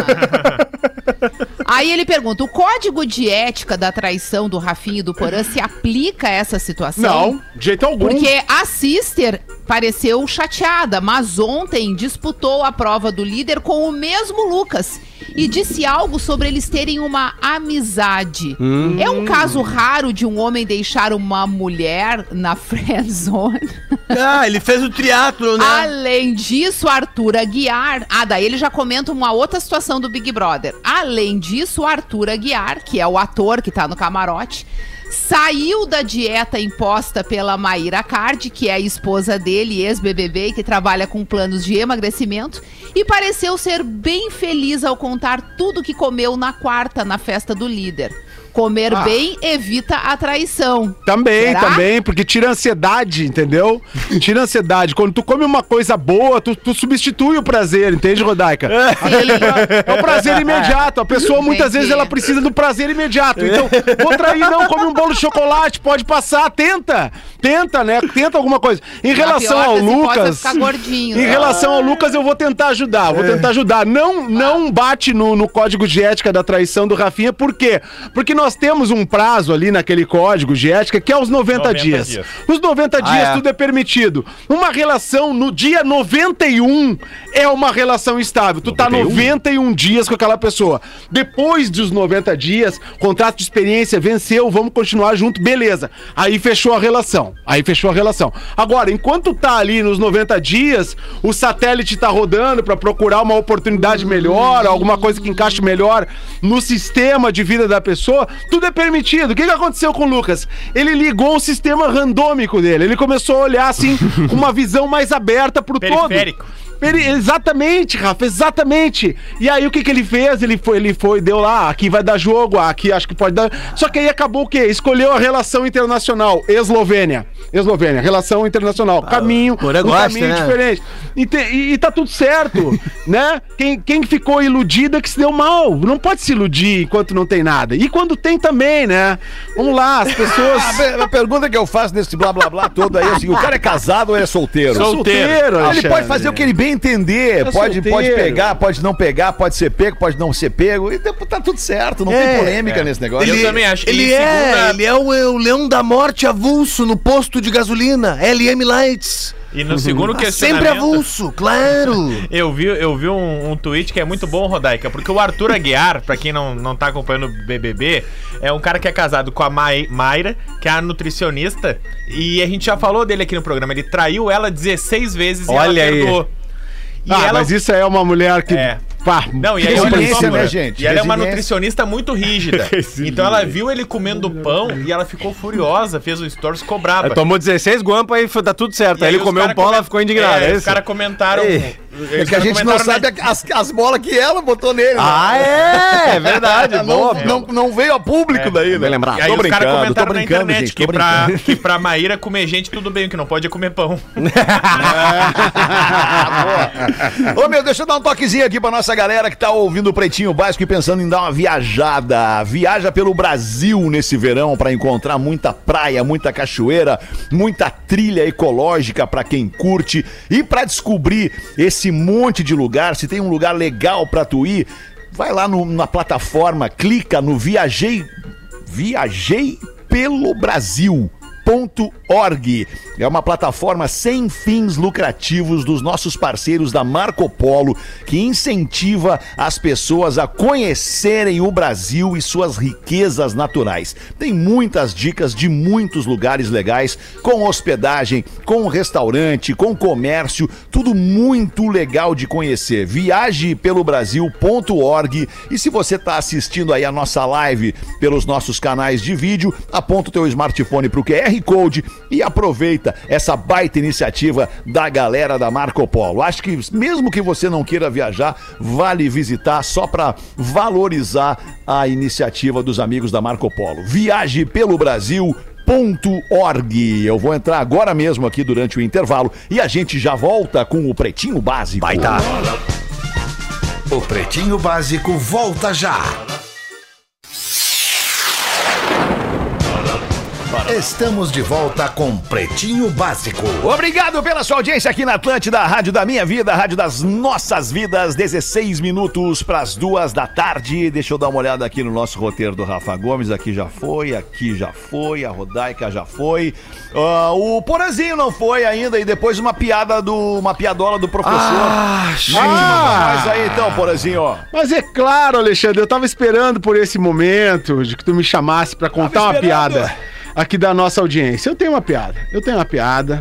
Aí ele pergunta: o código de ética da traição do Rafinha e do Porã se aplica a essa situação? Não, de jeito algum. Porque a Sister pareceu chateada, mas ontem disputou a prova do líder com o mesmo Lucas e disse algo sobre eles terem uma amizade. Hum. É um caso raro de um homem deixar uma mulher na friend zone. Ah, ele fez o triatlo, né? Além disso, Arthur Aguiar... Ah, daí ele já comenta uma outra situação do Big Brother. Além disso, Arthur Aguiar, que é o ator que tá no camarote, saiu da dieta imposta pela Maíra Cardi, que é a esposa dele, ex-B B B, que trabalha com planos de emagrecimento, e pareceu ser bem feliz ao contar tudo que comeu na quarta, na festa do líder. Comer bem evita a traição. Também, Será? também, porque tira a ansiedade, entendeu? Tira a ansiedade. Quando tu come uma coisa boa, tu, tu substitui o prazer, entende, Rodaica? Sim. É o prazer imediato. A pessoa, muitas Entendi. vezes, ela precisa do prazer imediato. Então, vou trair, não, come um bolo de chocolate, pode passar, tenta. Tenta, né? Tenta alguma coisa. Em relação pior ao das hipóteses é Lucas... ficar gordinho, Em né? relação ao Lucas, eu vou tentar ajudar, vou tentar ajudar. Não, não bate no, no código de ética da traição do Rafinha, por quê? Porque nós temos um prazo ali naquele código de ética que é os noventa, noventa dias. dias. Os noventa dias é. tudo é permitido. Uma relação no dia noventa e um é uma relação estável. Tu tá noventa e um dias com aquela pessoa. Depois dos noventa dias, contrato de experiência venceu, vamos continuar junto, beleza. Aí fechou a relação. Aí fechou a relação. Agora, enquanto tá ali nos noventa dias, o satélite tá rodando pra procurar uma oportunidade melhor, alguma coisa que encaixe melhor no sistema de vida da pessoa, tudo é permitido. O que que aconteceu com o Lucas? Ele ligou o sistema randômico dele. Ele começou a olhar assim, com uma visão mais aberta pro todo. Periférico. Ele- exatamente, Rafa, exatamente. E aí o que que ele fez? Ele foi, ele foi, deu lá, aqui vai dar jogo, aqui acho que pode dar. Só que aí acabou o quê? Escolheu a relação internacional, Eslovênia. Eslovênia, relação internacional, caminho, Porã um gosta, caminho né? diferente. E, te- e- e tá tudo certo, né? Quem, quem ficou iludido é que se deu mal. Não pode se iludir enquanto não tem nada. E quando tem também, né? Vamos lá, as pessoas... A, per- a pergunta que eu faço nesse blá blá blá todo aí é assim: o cara é casado ou é solteiro? Solteiro, Ele Alexandre. pode fazer o que ele bem entender, É pode, solteiro. pode pegar, pode não pegar, pode ser pego, pode não ser pego, e depois tá tudo certo, não É, tem polêmica é. nesse negócio. Eu também acho que Ele em é, segunda- ele é o, é o leão da morte avulso no posto de gasolina, L M Lights. E no segundo Sempre questionamento... avulso, claro. Eu vi, eu vi um, um tweet que é muito bom, Rodaica, porque o Arthur Aguiar, pra quem não, não tá acompanhando o B B B, é um cara que é casado com a Mai- Mayra, que é a nutricionista, e a gente já falou dele aqui no programa. Ele traiu ela dezesseis vezes e Olha ela aí. perdoou. E Ah, ela... mas isso aí é uma mulher que... É. Pá, Não, e aí olha Resiliência, só, né, Bruno? gente? E ela é uma Resiliência. nutricionista muito rígida. Então ela viu ele comendo pão e ela ficou furiosa, fez o stories, ficou braba. Tomou dezesseis guampas e foi, tá tudo certo. E Aí ele os comeu cara um pão, comen- ela ficou indignada. É, É, os isso? caras comentaram. Ei. É que a gente não sabe as, as bolas que ela botou nele. Ah, né? é, é verdade. não, Boa, não, não veio a público daí, né? Bem lembrado. E aí Tô os caras brincando, tô comentaram na brincando, internet gente, que, tô pra, brincando. que pra Maíra comer gente tudo bem, o que não pode é comer pão. Ô meu, deixa eu dar um toquezinho aqui pra nossa galera que tá ouvindo o Pretinho Básico e pensando em dar uma viajada. Viaja pelo Brasil nesse verão pra encontrar muita praia, muita cachoeira, muita trilha ecológica pra quem curte e pra descobrir esse monte de lugar. Se tem um lugar legal pra tu ir, vai lá no- na plataforma, clica no Viajei, Viajei pelo Brasil. Ponto org. É uma plataforma sem fins lucrativos dos nossos parceiros da Marco Polo, que incentiva as pessoas a conhecerem o Brasil e suas riquezas naturais. Tem muitas dicas de muitos lugares legais, com hospedagem, com restaurante, com comércio, tudo muito legal de conhecer. Viaje pelo Brasil ponto org. E se você está assistindo aí a nossa live pelos nossos canais de vídeo, aponta o teu smartphone para o Q R Code e aproveita essa baita iniciativa da galera da Marco Polo. Acho que mesmo que você não queira viajar, vale visitar só para valorizar a iniciativa dos amigos da Marco Polo. Viaje pelo Brasil ponto org. Eu vou entrar agora mesmo aqui durante o intervalo e a gente já volta com o Pretinho Básico. Vai tá. O Pretinho Básico volta já. Estamos de volta com Pretinho Básico. Obrigado pela sua audiência aqui na Atlântida, a rádio da minha vida, a rádio das nossas vidas, dezesseis minutos para as duas da tarde. Deixa eu dar uma olhada aqui no nosso roteiro do Rafa Gomes. Aqui já foi, aqui já foi, a Rodaica já foi. Ah, o Porazinho não foi ainda e depois uma piada do, uma piadola do professor. Ah, Mas aí então, Porazinho, ó. Mas é claro, Alexandre, eu tava esperando por esse momento de que tu me chamasse pra contar uma esperando. piada aqui da nossa audiência. Eu tenho uma piada, eu tenho uma piada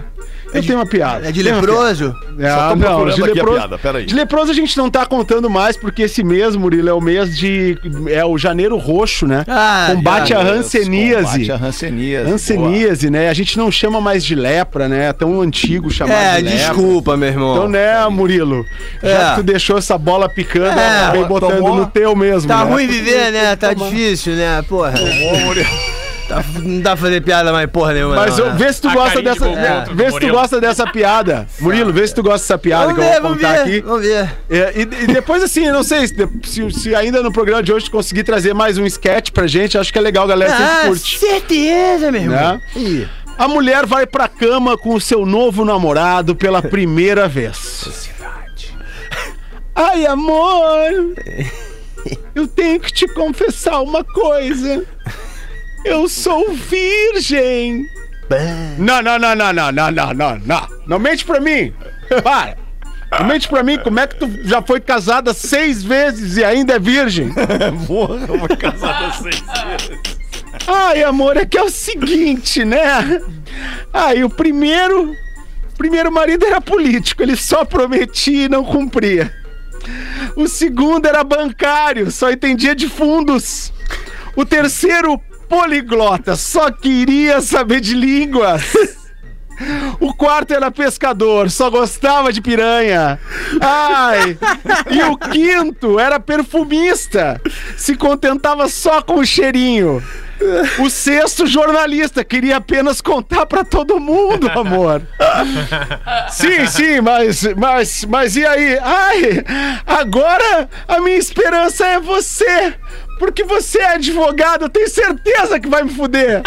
Eu tenho uma piada. É de Tenho uma leproso? piada. Só Ah, tô não, procurando de aqui a leproso, piada, peraí. de leproso a gente não tá contando mais, porque esse mês, Murilo, é o mês de... É o janeiro roxo, né? Ah, Combate a Isso, hanseníase. combate a hanseníase. Hanseníase, né? A gente não chama mais de lepra, né? É tão antigo chamar É, de lepra. desculpa, meu irmão. Então, né, Murilo? Já É. que tu deixou essa bola picando, É, eu acabei botando tomou. no teu mesmo, Tá né? ruim viver, né? Tá difícil, né? Porra. Tá- não dá pra fazer piada mais porra nenhuma. Mas não, ô, né? vê se tu A gosta carinha de dessa. bom é, gosto do vê se tu Murilo. gosta dessa piada. Murilo, vê se tu gosta dessa piada Vamos que eu ver, vou vamos contar ver, aqui. vamos ver. É, e, e depois, assim, eu não sei se, se, se ainda no programa de hoje tu conseguir trazer mais um sketch pra gente, acho que é legal, a galera sempre Ah, curte. certeza, meu irmão. Né? Ih. A mulher vai pra cama com o seu novo namorado pela primeira vez. Ai, amor, eu tenho que te confessar uma coisa. Eu sou virgem. Não, não, não, não, não, não, não, não, não. Não mente pra mim. Para. Não mente pra mim. Como é que tu já foi casada seis vezes e ainda é virgem? Porra, eu vou casar seis vezes. Ai, amor, é que é o seguinte, né? Ai, o primeiro... O primeiro marido era político. Ele só prometia e não cumpria. O segundo era bancário. Só entendia de fundos. O terceiro... poliglota, só queria saber de línguas. O quarto era pescador, só gostava de piranha. Ai, e o quinto era perfumista, se contentava só com o cheirinho. O sexto, jornalista, queria apenas contar pra todo mundo, amor. Sim, sim, mas, mas, mas e aí? Ai, agora a minha esperança é você. Porque você é advogado, eu tenho certeza que vai me fuder.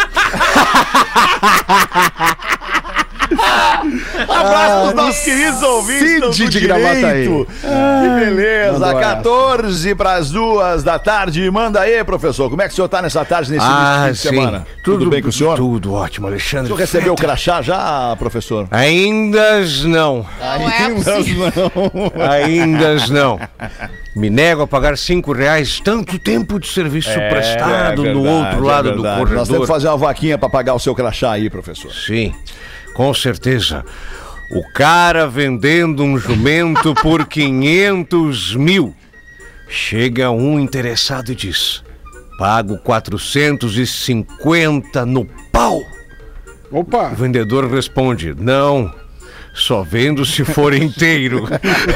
Abraço pros nossos queridos ouvintes Cid do de Gravataí. direito. Que beleza. mandou essa. quatorze para as duas da tarde. Manda aí, professor. Como é que o senhor tá nessa tarde, nesse Ah, fim de sim. semana? Tudo, bem com o senhor? Tudo ótimo, O Alexandre. senhor recebeu o crachá já, professor? Ainda não. Não é possível. Ainda não. Me nego a pagar cinco reais, tanto tempo de serviço prestado é no verdade, outro é lado verdade. do Nós temos que corredor. fazer uma vaquinha pra pagar o seu crachá aí, professor. Sim, com certeza. O cara vendendo um jumento por quinhentos mil. Chega um interessado e diz: pago quatrocentos e cinquenta no pau. Opa. O vendedor responde: não, só vendo se for inteiro.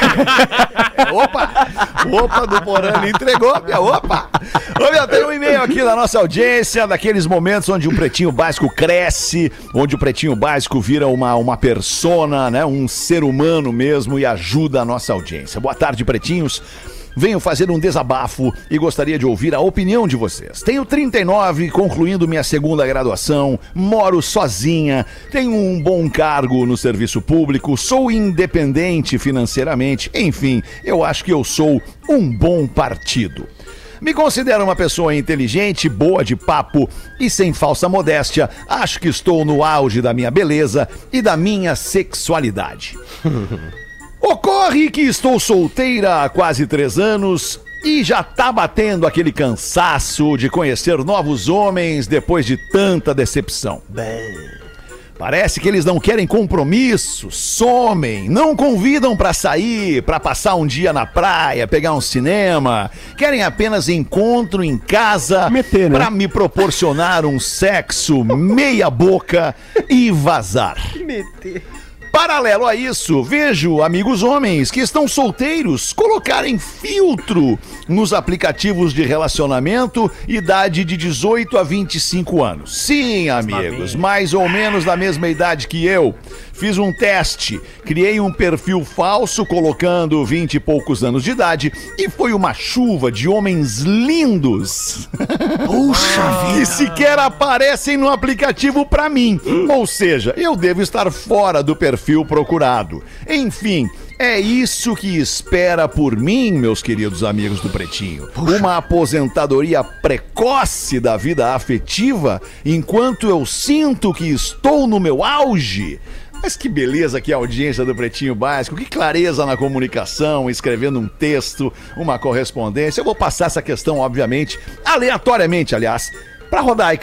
Opa! Opa do Porã me entregou, minha opa! Ô, meu, tem um e-mail aqui da nossa audiência, daqueles momentos onde o Pretinho Básico cresce, onde o Pretinho Básico vira uma, uma persona, né? Um ser humano mesmo e ajuda a nossa audiência. Boa tarde, pretinhos. Venho fazer um desabafo e gostaria de ouvir a opinião de vocês. Tenho trinta e nove, concluindo minha segunda graduação, moro sozinha, tenho um bom cargo no serviço público, sou independente financeiramente, enfim, eu acho que eu sou um bom partido. Me considero uma pessoa inteligente, boa de papo e sem falsa modéstia. Acho que estou no auge da minha beleza e da minha sexualidade. Ocorre que estou solteira há quase três anos e já tá batendo aquele cansaço de conhecer novos homens depois de tanta decepção. Parece que eles não querem compromisso, somem, não convidam pra sair, pra passar um dia na praia, pegar um cinema. Querem apenas encontro em casa Meter, né? pra me proporcionar um sexo meia boca e vazar. Paralelo a isso, vejo amigos homens que estão solteiros colocarem filtro nos aplicativos de relacionamento, idade de dezoito a vinte e cinco anos. Sim, amigos, mais ou menos da mesma idade que eu. Fiz um teste, criei um perfil falso colocando vinte e poucos anos de idade e foi uma chuva de homens lindos. Puxa vida! Que sequer aparecem no aplicativo pra mim. Ou seja, eu devo estar fora do perfil procurado. Enfim, é isso que espera por mim, meus queridos amigos do Pretinho. Uma aposentadoria precoce da vida afetiva, enquanto eu sinto que estou no meu auge. Mas que beleza que é a audiência do Pretinho Básico, que clareza na comunicação, escrevendo um texto, uma correspondência. Eu vou passar essa questão, obviamente, aleatoriamente, aliás, pra Rodaica.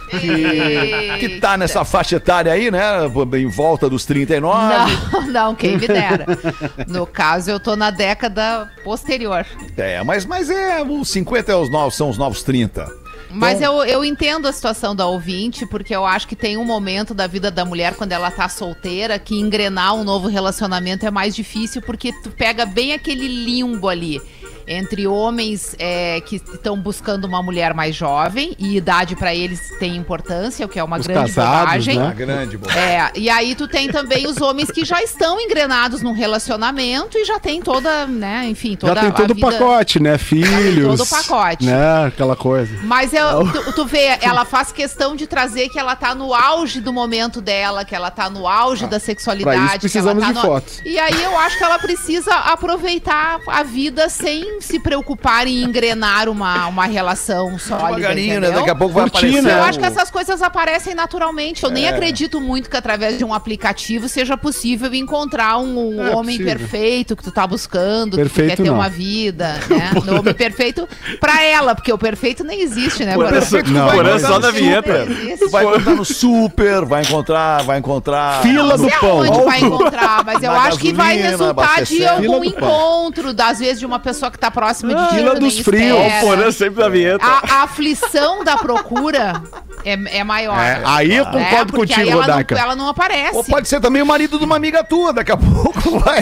que, que tá nessa faixa etária aí, né? Em volta dos trinta e nove. Não, não, quem me dera. No caso, eu tô na década posterior. É, mas, mas é, os cinquenta é os novos, são os novos trinta. Mas eu, eu entendo a situação da ouvinte, porque eu acho que tem um momento da vida da mulher, quando ela tá solteira, que engrenar um novo relacionamento é mais difícil, porque tu pega bem aquele limbo ali. Entre homens é, que estão buscando uma mulher mais jovem, e idade pra eles tem importância, o que é uma Os grande casados, bobagem. né? Uma grande bobagem. É, e aí tu tem também os homens que já estão engrenados num relacionamento e já tem toda, né, enfim, toda Já tem todo a o vida... pacote, né? Filhos. todo o pacote. Né? Aquela coisa. Mas eu, tu, tu vê, ela faz questão de trazer que ela tá no auge do momento dela, que ela tá no auge da sexualidade. pra isso que precisamos ela tá de no... fotos. E aí eu acho que ela precisa aproveitar a vida sem se preocupar em engrenar uma, uma relação sólida, Devagarinho, né? entendeu? Daqui a pouco vai Curtir, aparecer. né? Eu o- acho que essas coisas aparecem naturalmente. Eu nem É. acredito muito que através de um aplicativo seja possível encontrar um, um É homem possível. perfeito que tu tá buscando, que tu Perfeito quer ter não. uma vida, né? O homem perfeito pra ela, porque o perfeito nem existe, né? Porã, Porã? Não, Porã mas só na Super vinheta. existe. Vai encontrar no super, vai encontrar, vai encontrar... Fila Não do sei pão. aonde vai encontrar, mas eu Na acho que vai gasolina, resultar de abastecendo. algum Fila do pão. encontro, às vezes de uma pessoa que tá próxima de ti. Fila tu dos nem frios. espera. O Porã sempre na vinheta. A, a aflição da procura é, é maior. É, aí eu É, concordo porque aí contigo, ela não, Rodaica. ela não aparece. Ou pode ser também o marido de uma amiga tua, daqui a pouco vai...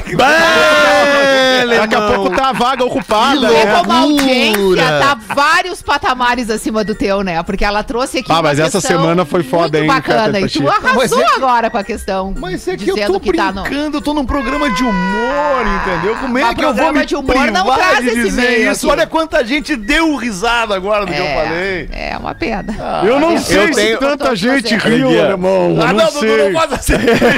Daqui a pouco tá a vaga ocupada, Vê né? como a audiência loucura. tá vários patamares acima do teu, né? Porque ela trouxe aqui Ah, uma mas essa questão semana foi foda, muito hein, bacana. Cata E tu Tati? arrasou Mas é que- agora com a questão. Mas é que eu dizendo tô que tá no... brincando, eu tô num programa de humor, entendeu? Como é Mas que eu vou programa me de humor não privar traz de esse dizer meio isso? aqui. Olha quanta gente deu risada agora do que eu falei. É, é uma pena. Eu não Eu sei se tenho- tanta gente você. riu, alemão. Ah, Eu não, não Dudu, sei. não faz assim.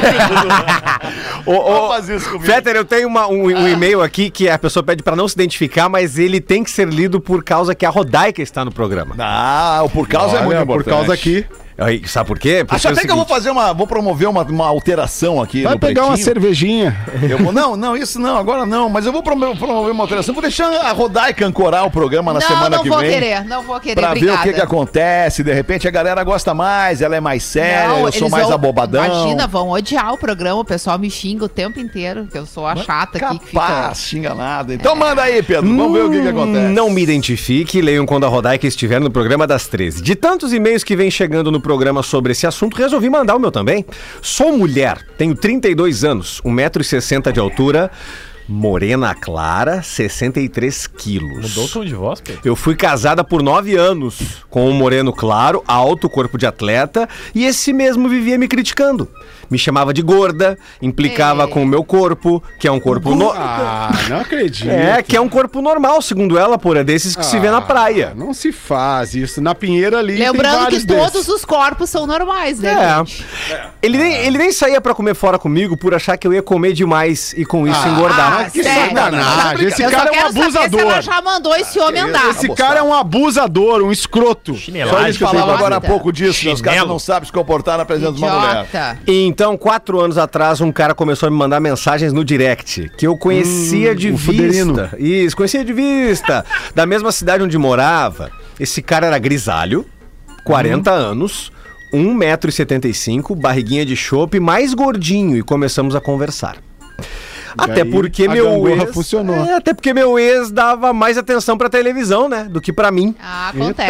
Ô, ô, Não faz isso comigo. Fetter, eu tenho uma- um, um e-mail aqui que a pessoa pede pra não se identificar, mas ele tem que ser lido por causa que a Rodaica está no programa. Ah, o por causa é muito Olha, importante. por causa aqui. Aí, sabe por quê? Porque Acho é o até que eu vou seguinte, fazer uma. Vou promover uma, uma alteração aqui. Vai no pegar uma Pretinho. cervejinha. Eu vou, não, não, isso não, agora não. Mas eu vou promover, promover uma alteração. Vou deixar a Rodaica ancorar o programa na não, semana não que vou vem. querer, não vou querer, Pra obrigada. ver o que, que acontece. De repente a galera gosta mais, ela é mais séria, Não, eu sou eles mais vão- abobadão. Imagina, vão odiar o programa, o pessoal me xinga o tempo inteiro, que eu sou a chata aqui que fica... Capaz, xinga nada. Então manda aí, Pedro. Vamos ver o que, que acontece. Não me identifique, leiam quando a Rodaica estiver no programa das treze. De tantos e-mails que vem chegando no programa sobre esse assunto, resolvi mandar o meu também. Sou mulher, tenho trinta e dois anos, um metro e sessenta de altura, morena clara, sessenta e três quilos. Mudou o tom de voz, Pedro? Eu fui casada por nove anos com um moreno claro, alto, corpo de atleta, e esse mesmo vivia me criticando. Me chamava de gorda, implicava Ei. com o meu corpo, que é um corpo... No... Ah, não acredito. É, que é um corpo normal, segundo ela, por é desses que se vê na praia. Não se faz isso. Na Pinheira ali Lembrando tem que vários todos desses. os corpos são normais, né, É. gente? Ele nem, ele nem saía pra comer fora comigo por achar que eu ia comer demais e com isso engordar. Ah, Que sério? sacanagem. Esse Eu cara só é um quero saber se abusador. ela já mandou esse homem andar. Esse cara é um abusador, um escroto. Chinelagem. A gente falava Gosta. agora há pouco disso, né? Os caras Chinelo. não sabem se comportar na presença de uma mulher. Idiota. Então, quatro anos atrás, um cara começou a me mandar mensagens no direct, que eu conhecia Hum, de o Fuderino. vista. Isso, conhecia de vista. Da mesma cidade onde morava. Esse cara era grisalho, quarenta anos, um metro e setenta e cinco, barriguinha de chope, mais gordinho, e começamos a conversar. Até aí, porque a meu gangorra ex... funcionou. É, até porque meu ex dava mais atenção pra televisão, né? Do que pra mim. Ah, acontece.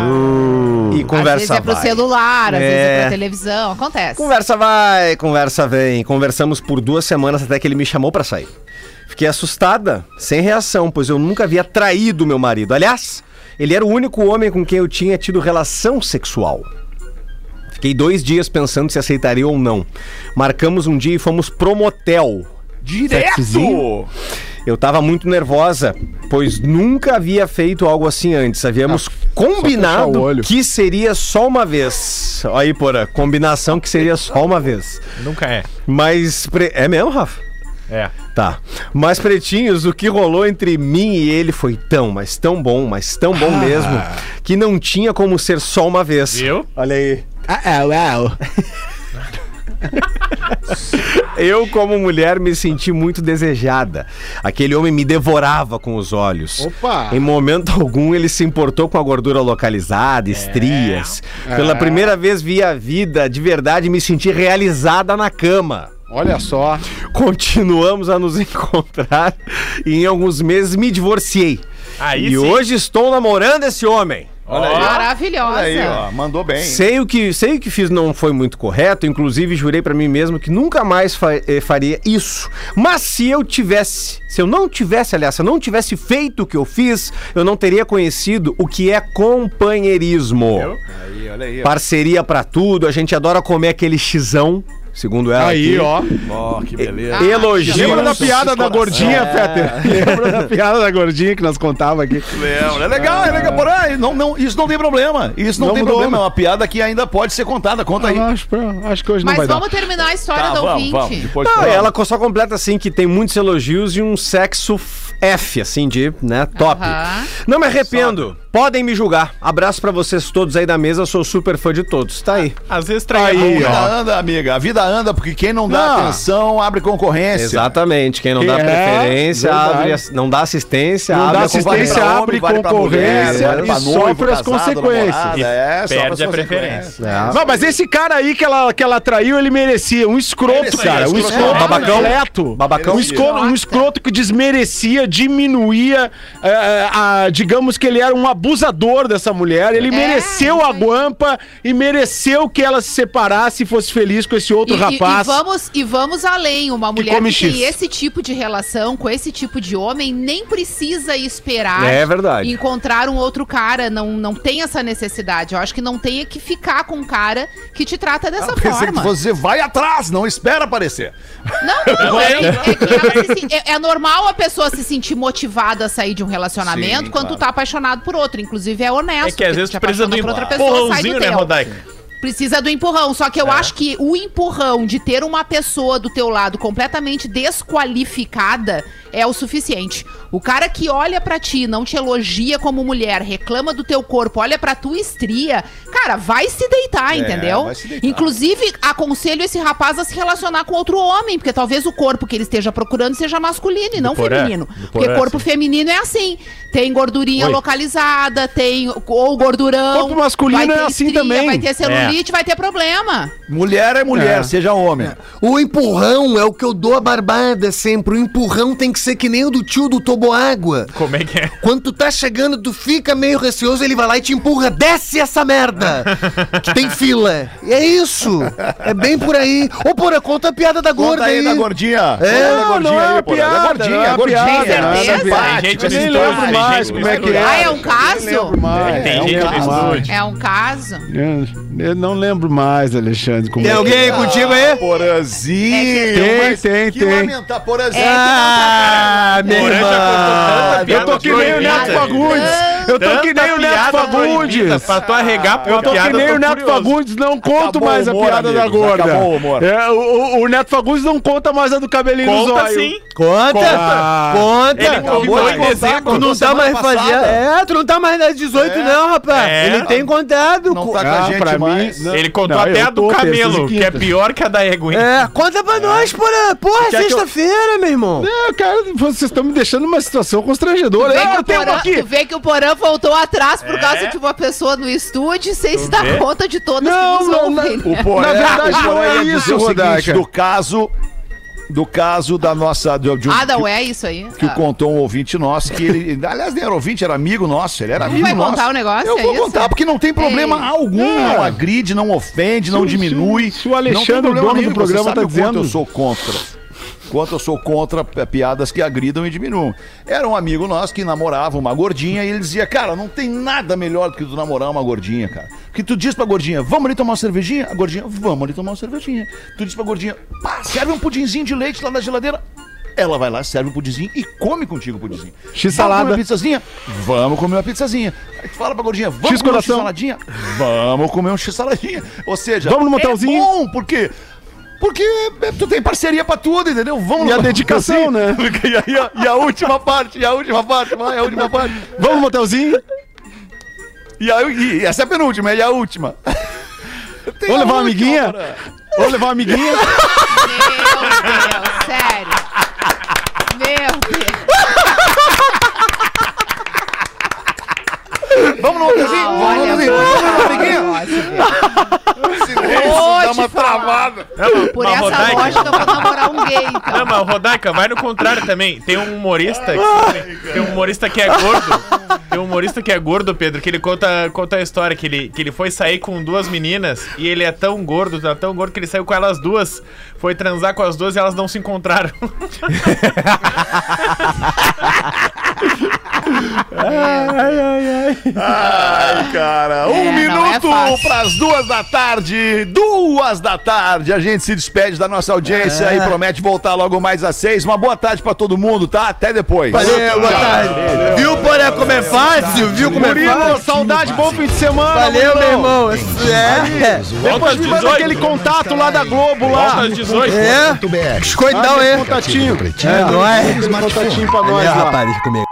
E conversa Às vezes é pro vai. celular, às vezes é É. pra televisão, acontece. Conversa vai, conversa vem. Conversamos por duas semanas até que ele me chamou pra sair. Fiquei assustada, sem reação, pois eu nunca havia traído meu marido. Aliás, ele era o único homem com quem eu tinha tido relação sexual. Fiquei dois dias pensando se aceitaria ou não. Marcamos um dia e fomos pro motel. Direto! Eu tava muito nervosa, pois nunca havia feito algo assim antes. Havíamos fechar combinado o olho. que seria só uma vez. Olha aí, porra, combinação que seria só uma vez. Nunca é. Mas... Pre... É mesmo, Rafa? É. Tá. Mas, pretinhos, o que rolou entre mim e ele foi tão, mas tão bom, mas tão bom mesmo, que não tinha como ser só uma vez. Viu? Olha aí. Ah, ah, uau. Eu, como mulher, me senti muito desejada. Aquele homem me devorava com os olhos. Opa! Em momento algum, ele se importou com a gordura localizada, estrias. Pela É. primeira vez vi a vida de verdade e me senti realizada na cama. Olha só. Continuamos a nos encontrar e em alguns meses me divorciei. Aí e sim. hoje estou namorando esse homem. Olha aí. Maravilhosa. Olha aí, ó. Mandou bem. Sei o que, sei o que fiz não foi muito correto, inclusive jurei pra mim mesmo que nunca mais fa- eh, faria isso. Mas se eu tivesse, se eu não tivesse, aliás, se eu não tivesse feito o que eu fiz, eu não teria conhecido o que é companheirismo. Aí, olha aí. ó. Parceria pra tudo, a gente adora comer aquele xizão, segundo ela Aí, aqui. ó. Ó, que beleza. Elogios. Lembra da piada da coração. gordinha, Peter? Lembra da piada da gordinha que nós contava aqui? Lembra? É legal, é legal. Porém, não, não, isso não tem problema. Isso não, Não tem mudou, problema. né? É uma piada que ainda pode ser contada. Conta aí. Ah, acho, acho que hoje não Mas vai vamos dar. terminar a história Tá, do vamos, ouvinte. vamos. Depois Não, vamos. ela só completa assim que tem muitos elogios e um sexo F, assim, de, né, top. Aham. Não me arrependo. Podem me julgar. Abraço pra vocês todos aí da mesa, eu sou super fã de todos. Tá aí. Às vezes trai A a vida ó. anda, amiga. A vida anda porque quem não dá Não. atenção abre concorrência. Exatamente. Quem não dá É, preferência, verdade. abre, ass- não dá assistência, Não abre dá a assistência, concorrência. abre vale pra concorrência vale pra e sofre as consequências. namorada, é, E sofre perde as a preferência. consequências. É. Não, mas esse cara aí que ela, que ela traiu, ele merecia. Um escroto, Merecia, cara. Um escroto. escroto É, babacão. completo. Babacão. Um escroto, um escroto que desmerecia, diminuía, é, a, digamos que ele era um abusador dessa mulher. Ele É, mereceu isso a aí. guampa e mereceu que ela se separasse e fosse feliz com esse outro E, e- rapaz. e vamos, e vamos além. Uma mulher come que tem X. esse tipo de relação com esse tipo de homem nem precisa esperar É verdade. encontrar um outro cara. Não, não tem essa necessidade. Eu acho que não tem é que ficar com um cara que te trata dessa Pensei forma. que você vai atrás, não espera aparecer. Não, não, é, é que ela se sen- é, é normal a pessoa se sentir motivada a sair de um relacionamento Sim, quando claro. tá apaixonado por outro. Inclusive é honesto. É que às porque vezes te tu precisa do apaixona por outra pessoa, sai do empurrãozinho, né, teu. Rodaica? Precisa do empurrão, só que eu acho que o empurrão de ter uma pessoa do teu lado completamente desqualificada é o suficiente. O cara que olha pra ti, não te elogia como mulher, reclama do teu corpo, olha pra tua estria, cara, vai se deitar, É, entendeu? vai se deitar. Inclusive, aconselho esse rapaz a se relacionar com outro homem, porque talvez o corpo que ele esteja procurando seja masculino e não Porã. feminino. Do Porque Porã, corpo sim. feminino é assim, tem gordurinha Oi. localizada, tem ou gordurão. Corpo masculino vai ter é assim também. Vai ter celulite, vai ter problema. Mulher é mulher, É. seja homem. O empurrão é o que eu dou a barbada sempre. O empurrão tem que ser que nem o do tio do toboágua. Como é que é? Quando tu tá chegando, tu fica meio receoso, ele vai lá e te empurra. Desce essa merda! Que tem fila. E é isso. É bem por aí. Ô, porra, conta a piada da Conta gorda aí aí. da gordinha. É, Conta da gordinha não é aí, uma porra. piada, Da gordinha, não é uma gordinha. piada, não é Essa uma parte, piada. Gente mas do Eu nem estúdio, lembro tem mais gente como é do que é. Ah, é um caso? Eu nem lembro mais. Tem Eu não gente lembro do mais. estúdio. É um caso? Eu, eu não lembro mais, Alexandre. Como Tem é que alguém é. aí contigo aí? Porazinho. Tem, mas tem, que tem. lamentar, Porazinho. É, Ah, minha Porã já irmã. contou tanta Eu piada tô que nem o Neto proibida. Fagundes. Eu tô que nem o Neto Fagundes. Pra tu arregar pra Eu uma tô que piada, nem tô o Neto curioso. Fagundes, não conto Acabou mais o a humor, piada da amigos, gorda. acabou o humor. É, o, o- o Neto Fagundes não conta mais a do cabelinho no Conta zóio. sim. Conta, Ah. conta. Ele convidou em dezembro. Tu não tá mais fazendo. É, tu não tá mais nas dezoito, É. não, rapaz. É. Ele tem contado. Não Co- tá com Ah, a gente pra mais. mim, não. Ele contou Não, até eu a do tô terças e camelo, que é quintas. pior que a da Egwin. É, conta pra nós, porra. Porra, Quer que eu- sexta-feira, meu irmão. É, cara, vocês estão me deixando numa situação constrangedora. Vê Ah, que eu o tenho uma Porã- aqui. Tu vê que o Porã voltou atrás por É. causa de uma pessoa no estúdio sem se Tu dar vê? conta de todas Não, que nos não, ouvem. O Porã, Na verdade, o Porã não é ia dizer isso, o seguinte, Rodaica. do caso, do caso da nossa... De, de um- Ah, não que, é isso aí? que Ah. contou um ouvinte nosso, que ele... Aliás, nem era ouvinte, era amigo nosso, ele era Não amigo vai nosso. contar o negócio, Eu é vou isso? contar, porque não tem problema Ei. algum, É. não agride, não ofende, não Se o- diminui. se o não tem Alexandre, problema o dono nenhum, do programa, você sabe tá o quanto dizendo. eu sou contra. Quanto eu sou contra p- piadas que agridam e diminuam. Era um amigo nosso que namorava uma gordinha e ele dizia, cara, não tem nada melhor do que tu namorar uma gordinha, cara. Porque tu diz pra gordinha, vamos ali tomar uma cervejinha? A gordinha, vamos ali tomar uma cervejinha. Tu diz pra gordinha, pá, serve um pudinzinho de leite lá na geladeira. Ela vai lá, serve um pudinzinho e come contigo o pudinzinho. X-salada. Vamos comer uma pizzazinha? Vamos comer uma pizzazinha. Aí tu fala pra gordinha, vamos comer uma X-coração. x-saladinha? Vamos comer um x-saladinha. Ou seja, Vamos no motelzinho? é bom, porque... Porque tu tem parceria pra tudo, entendeu? Vamos E a no- dedicação, né? E aí, a, e a última parte, e a última parte, vai, a última parte. Vamos no motelzinho? E, a, e essa é a penúltima, e a última. Tem Vamos a levar uma última, amiguinha? cara. Vamos levar uma amiguinha? Meu Deus, sério. Meu Deus. Vamos no outro Ah, olha, Vamos Vou Dá uma te falar. travada. Não, Por mas, essa Rodaica- lógica, eu vou namorar um gay, então. Não, mas Rodaica, vai no contrário também. Tem um humorista que, tem um humorista que é gordo. Tem um humorista que é gordo, Pedro, que ele conta, conta a história que ele, que ele foi sair com duas meninas e ele é tão gordo, tá tão gordo que ele saiu com elas duas, foi transar com as duas e elas não se encontraram. Ai, cara. Um É, não é minuto fácil. pras duas da tarde. Duas da tarde. A gente se despede da nossa audiência e promete voltar logo mais às seis. Uma boa tarde pra todo mundo, tá? Até depois. Valeu, boa tarde. Viu, Poré, como é fácil? Viu como é Murilo, fácil? saudade, bom fim de semana. Valeu, Murilão. meu irmão. Isso é. Depois me manda aquele contato lá da Globo lá. Volta às dezoito. É. Biscoitão, Manda é. esse contatinho. É nóis. Manda esse contatinho pra nós Valeu, lá. rapaz, deixa comigo.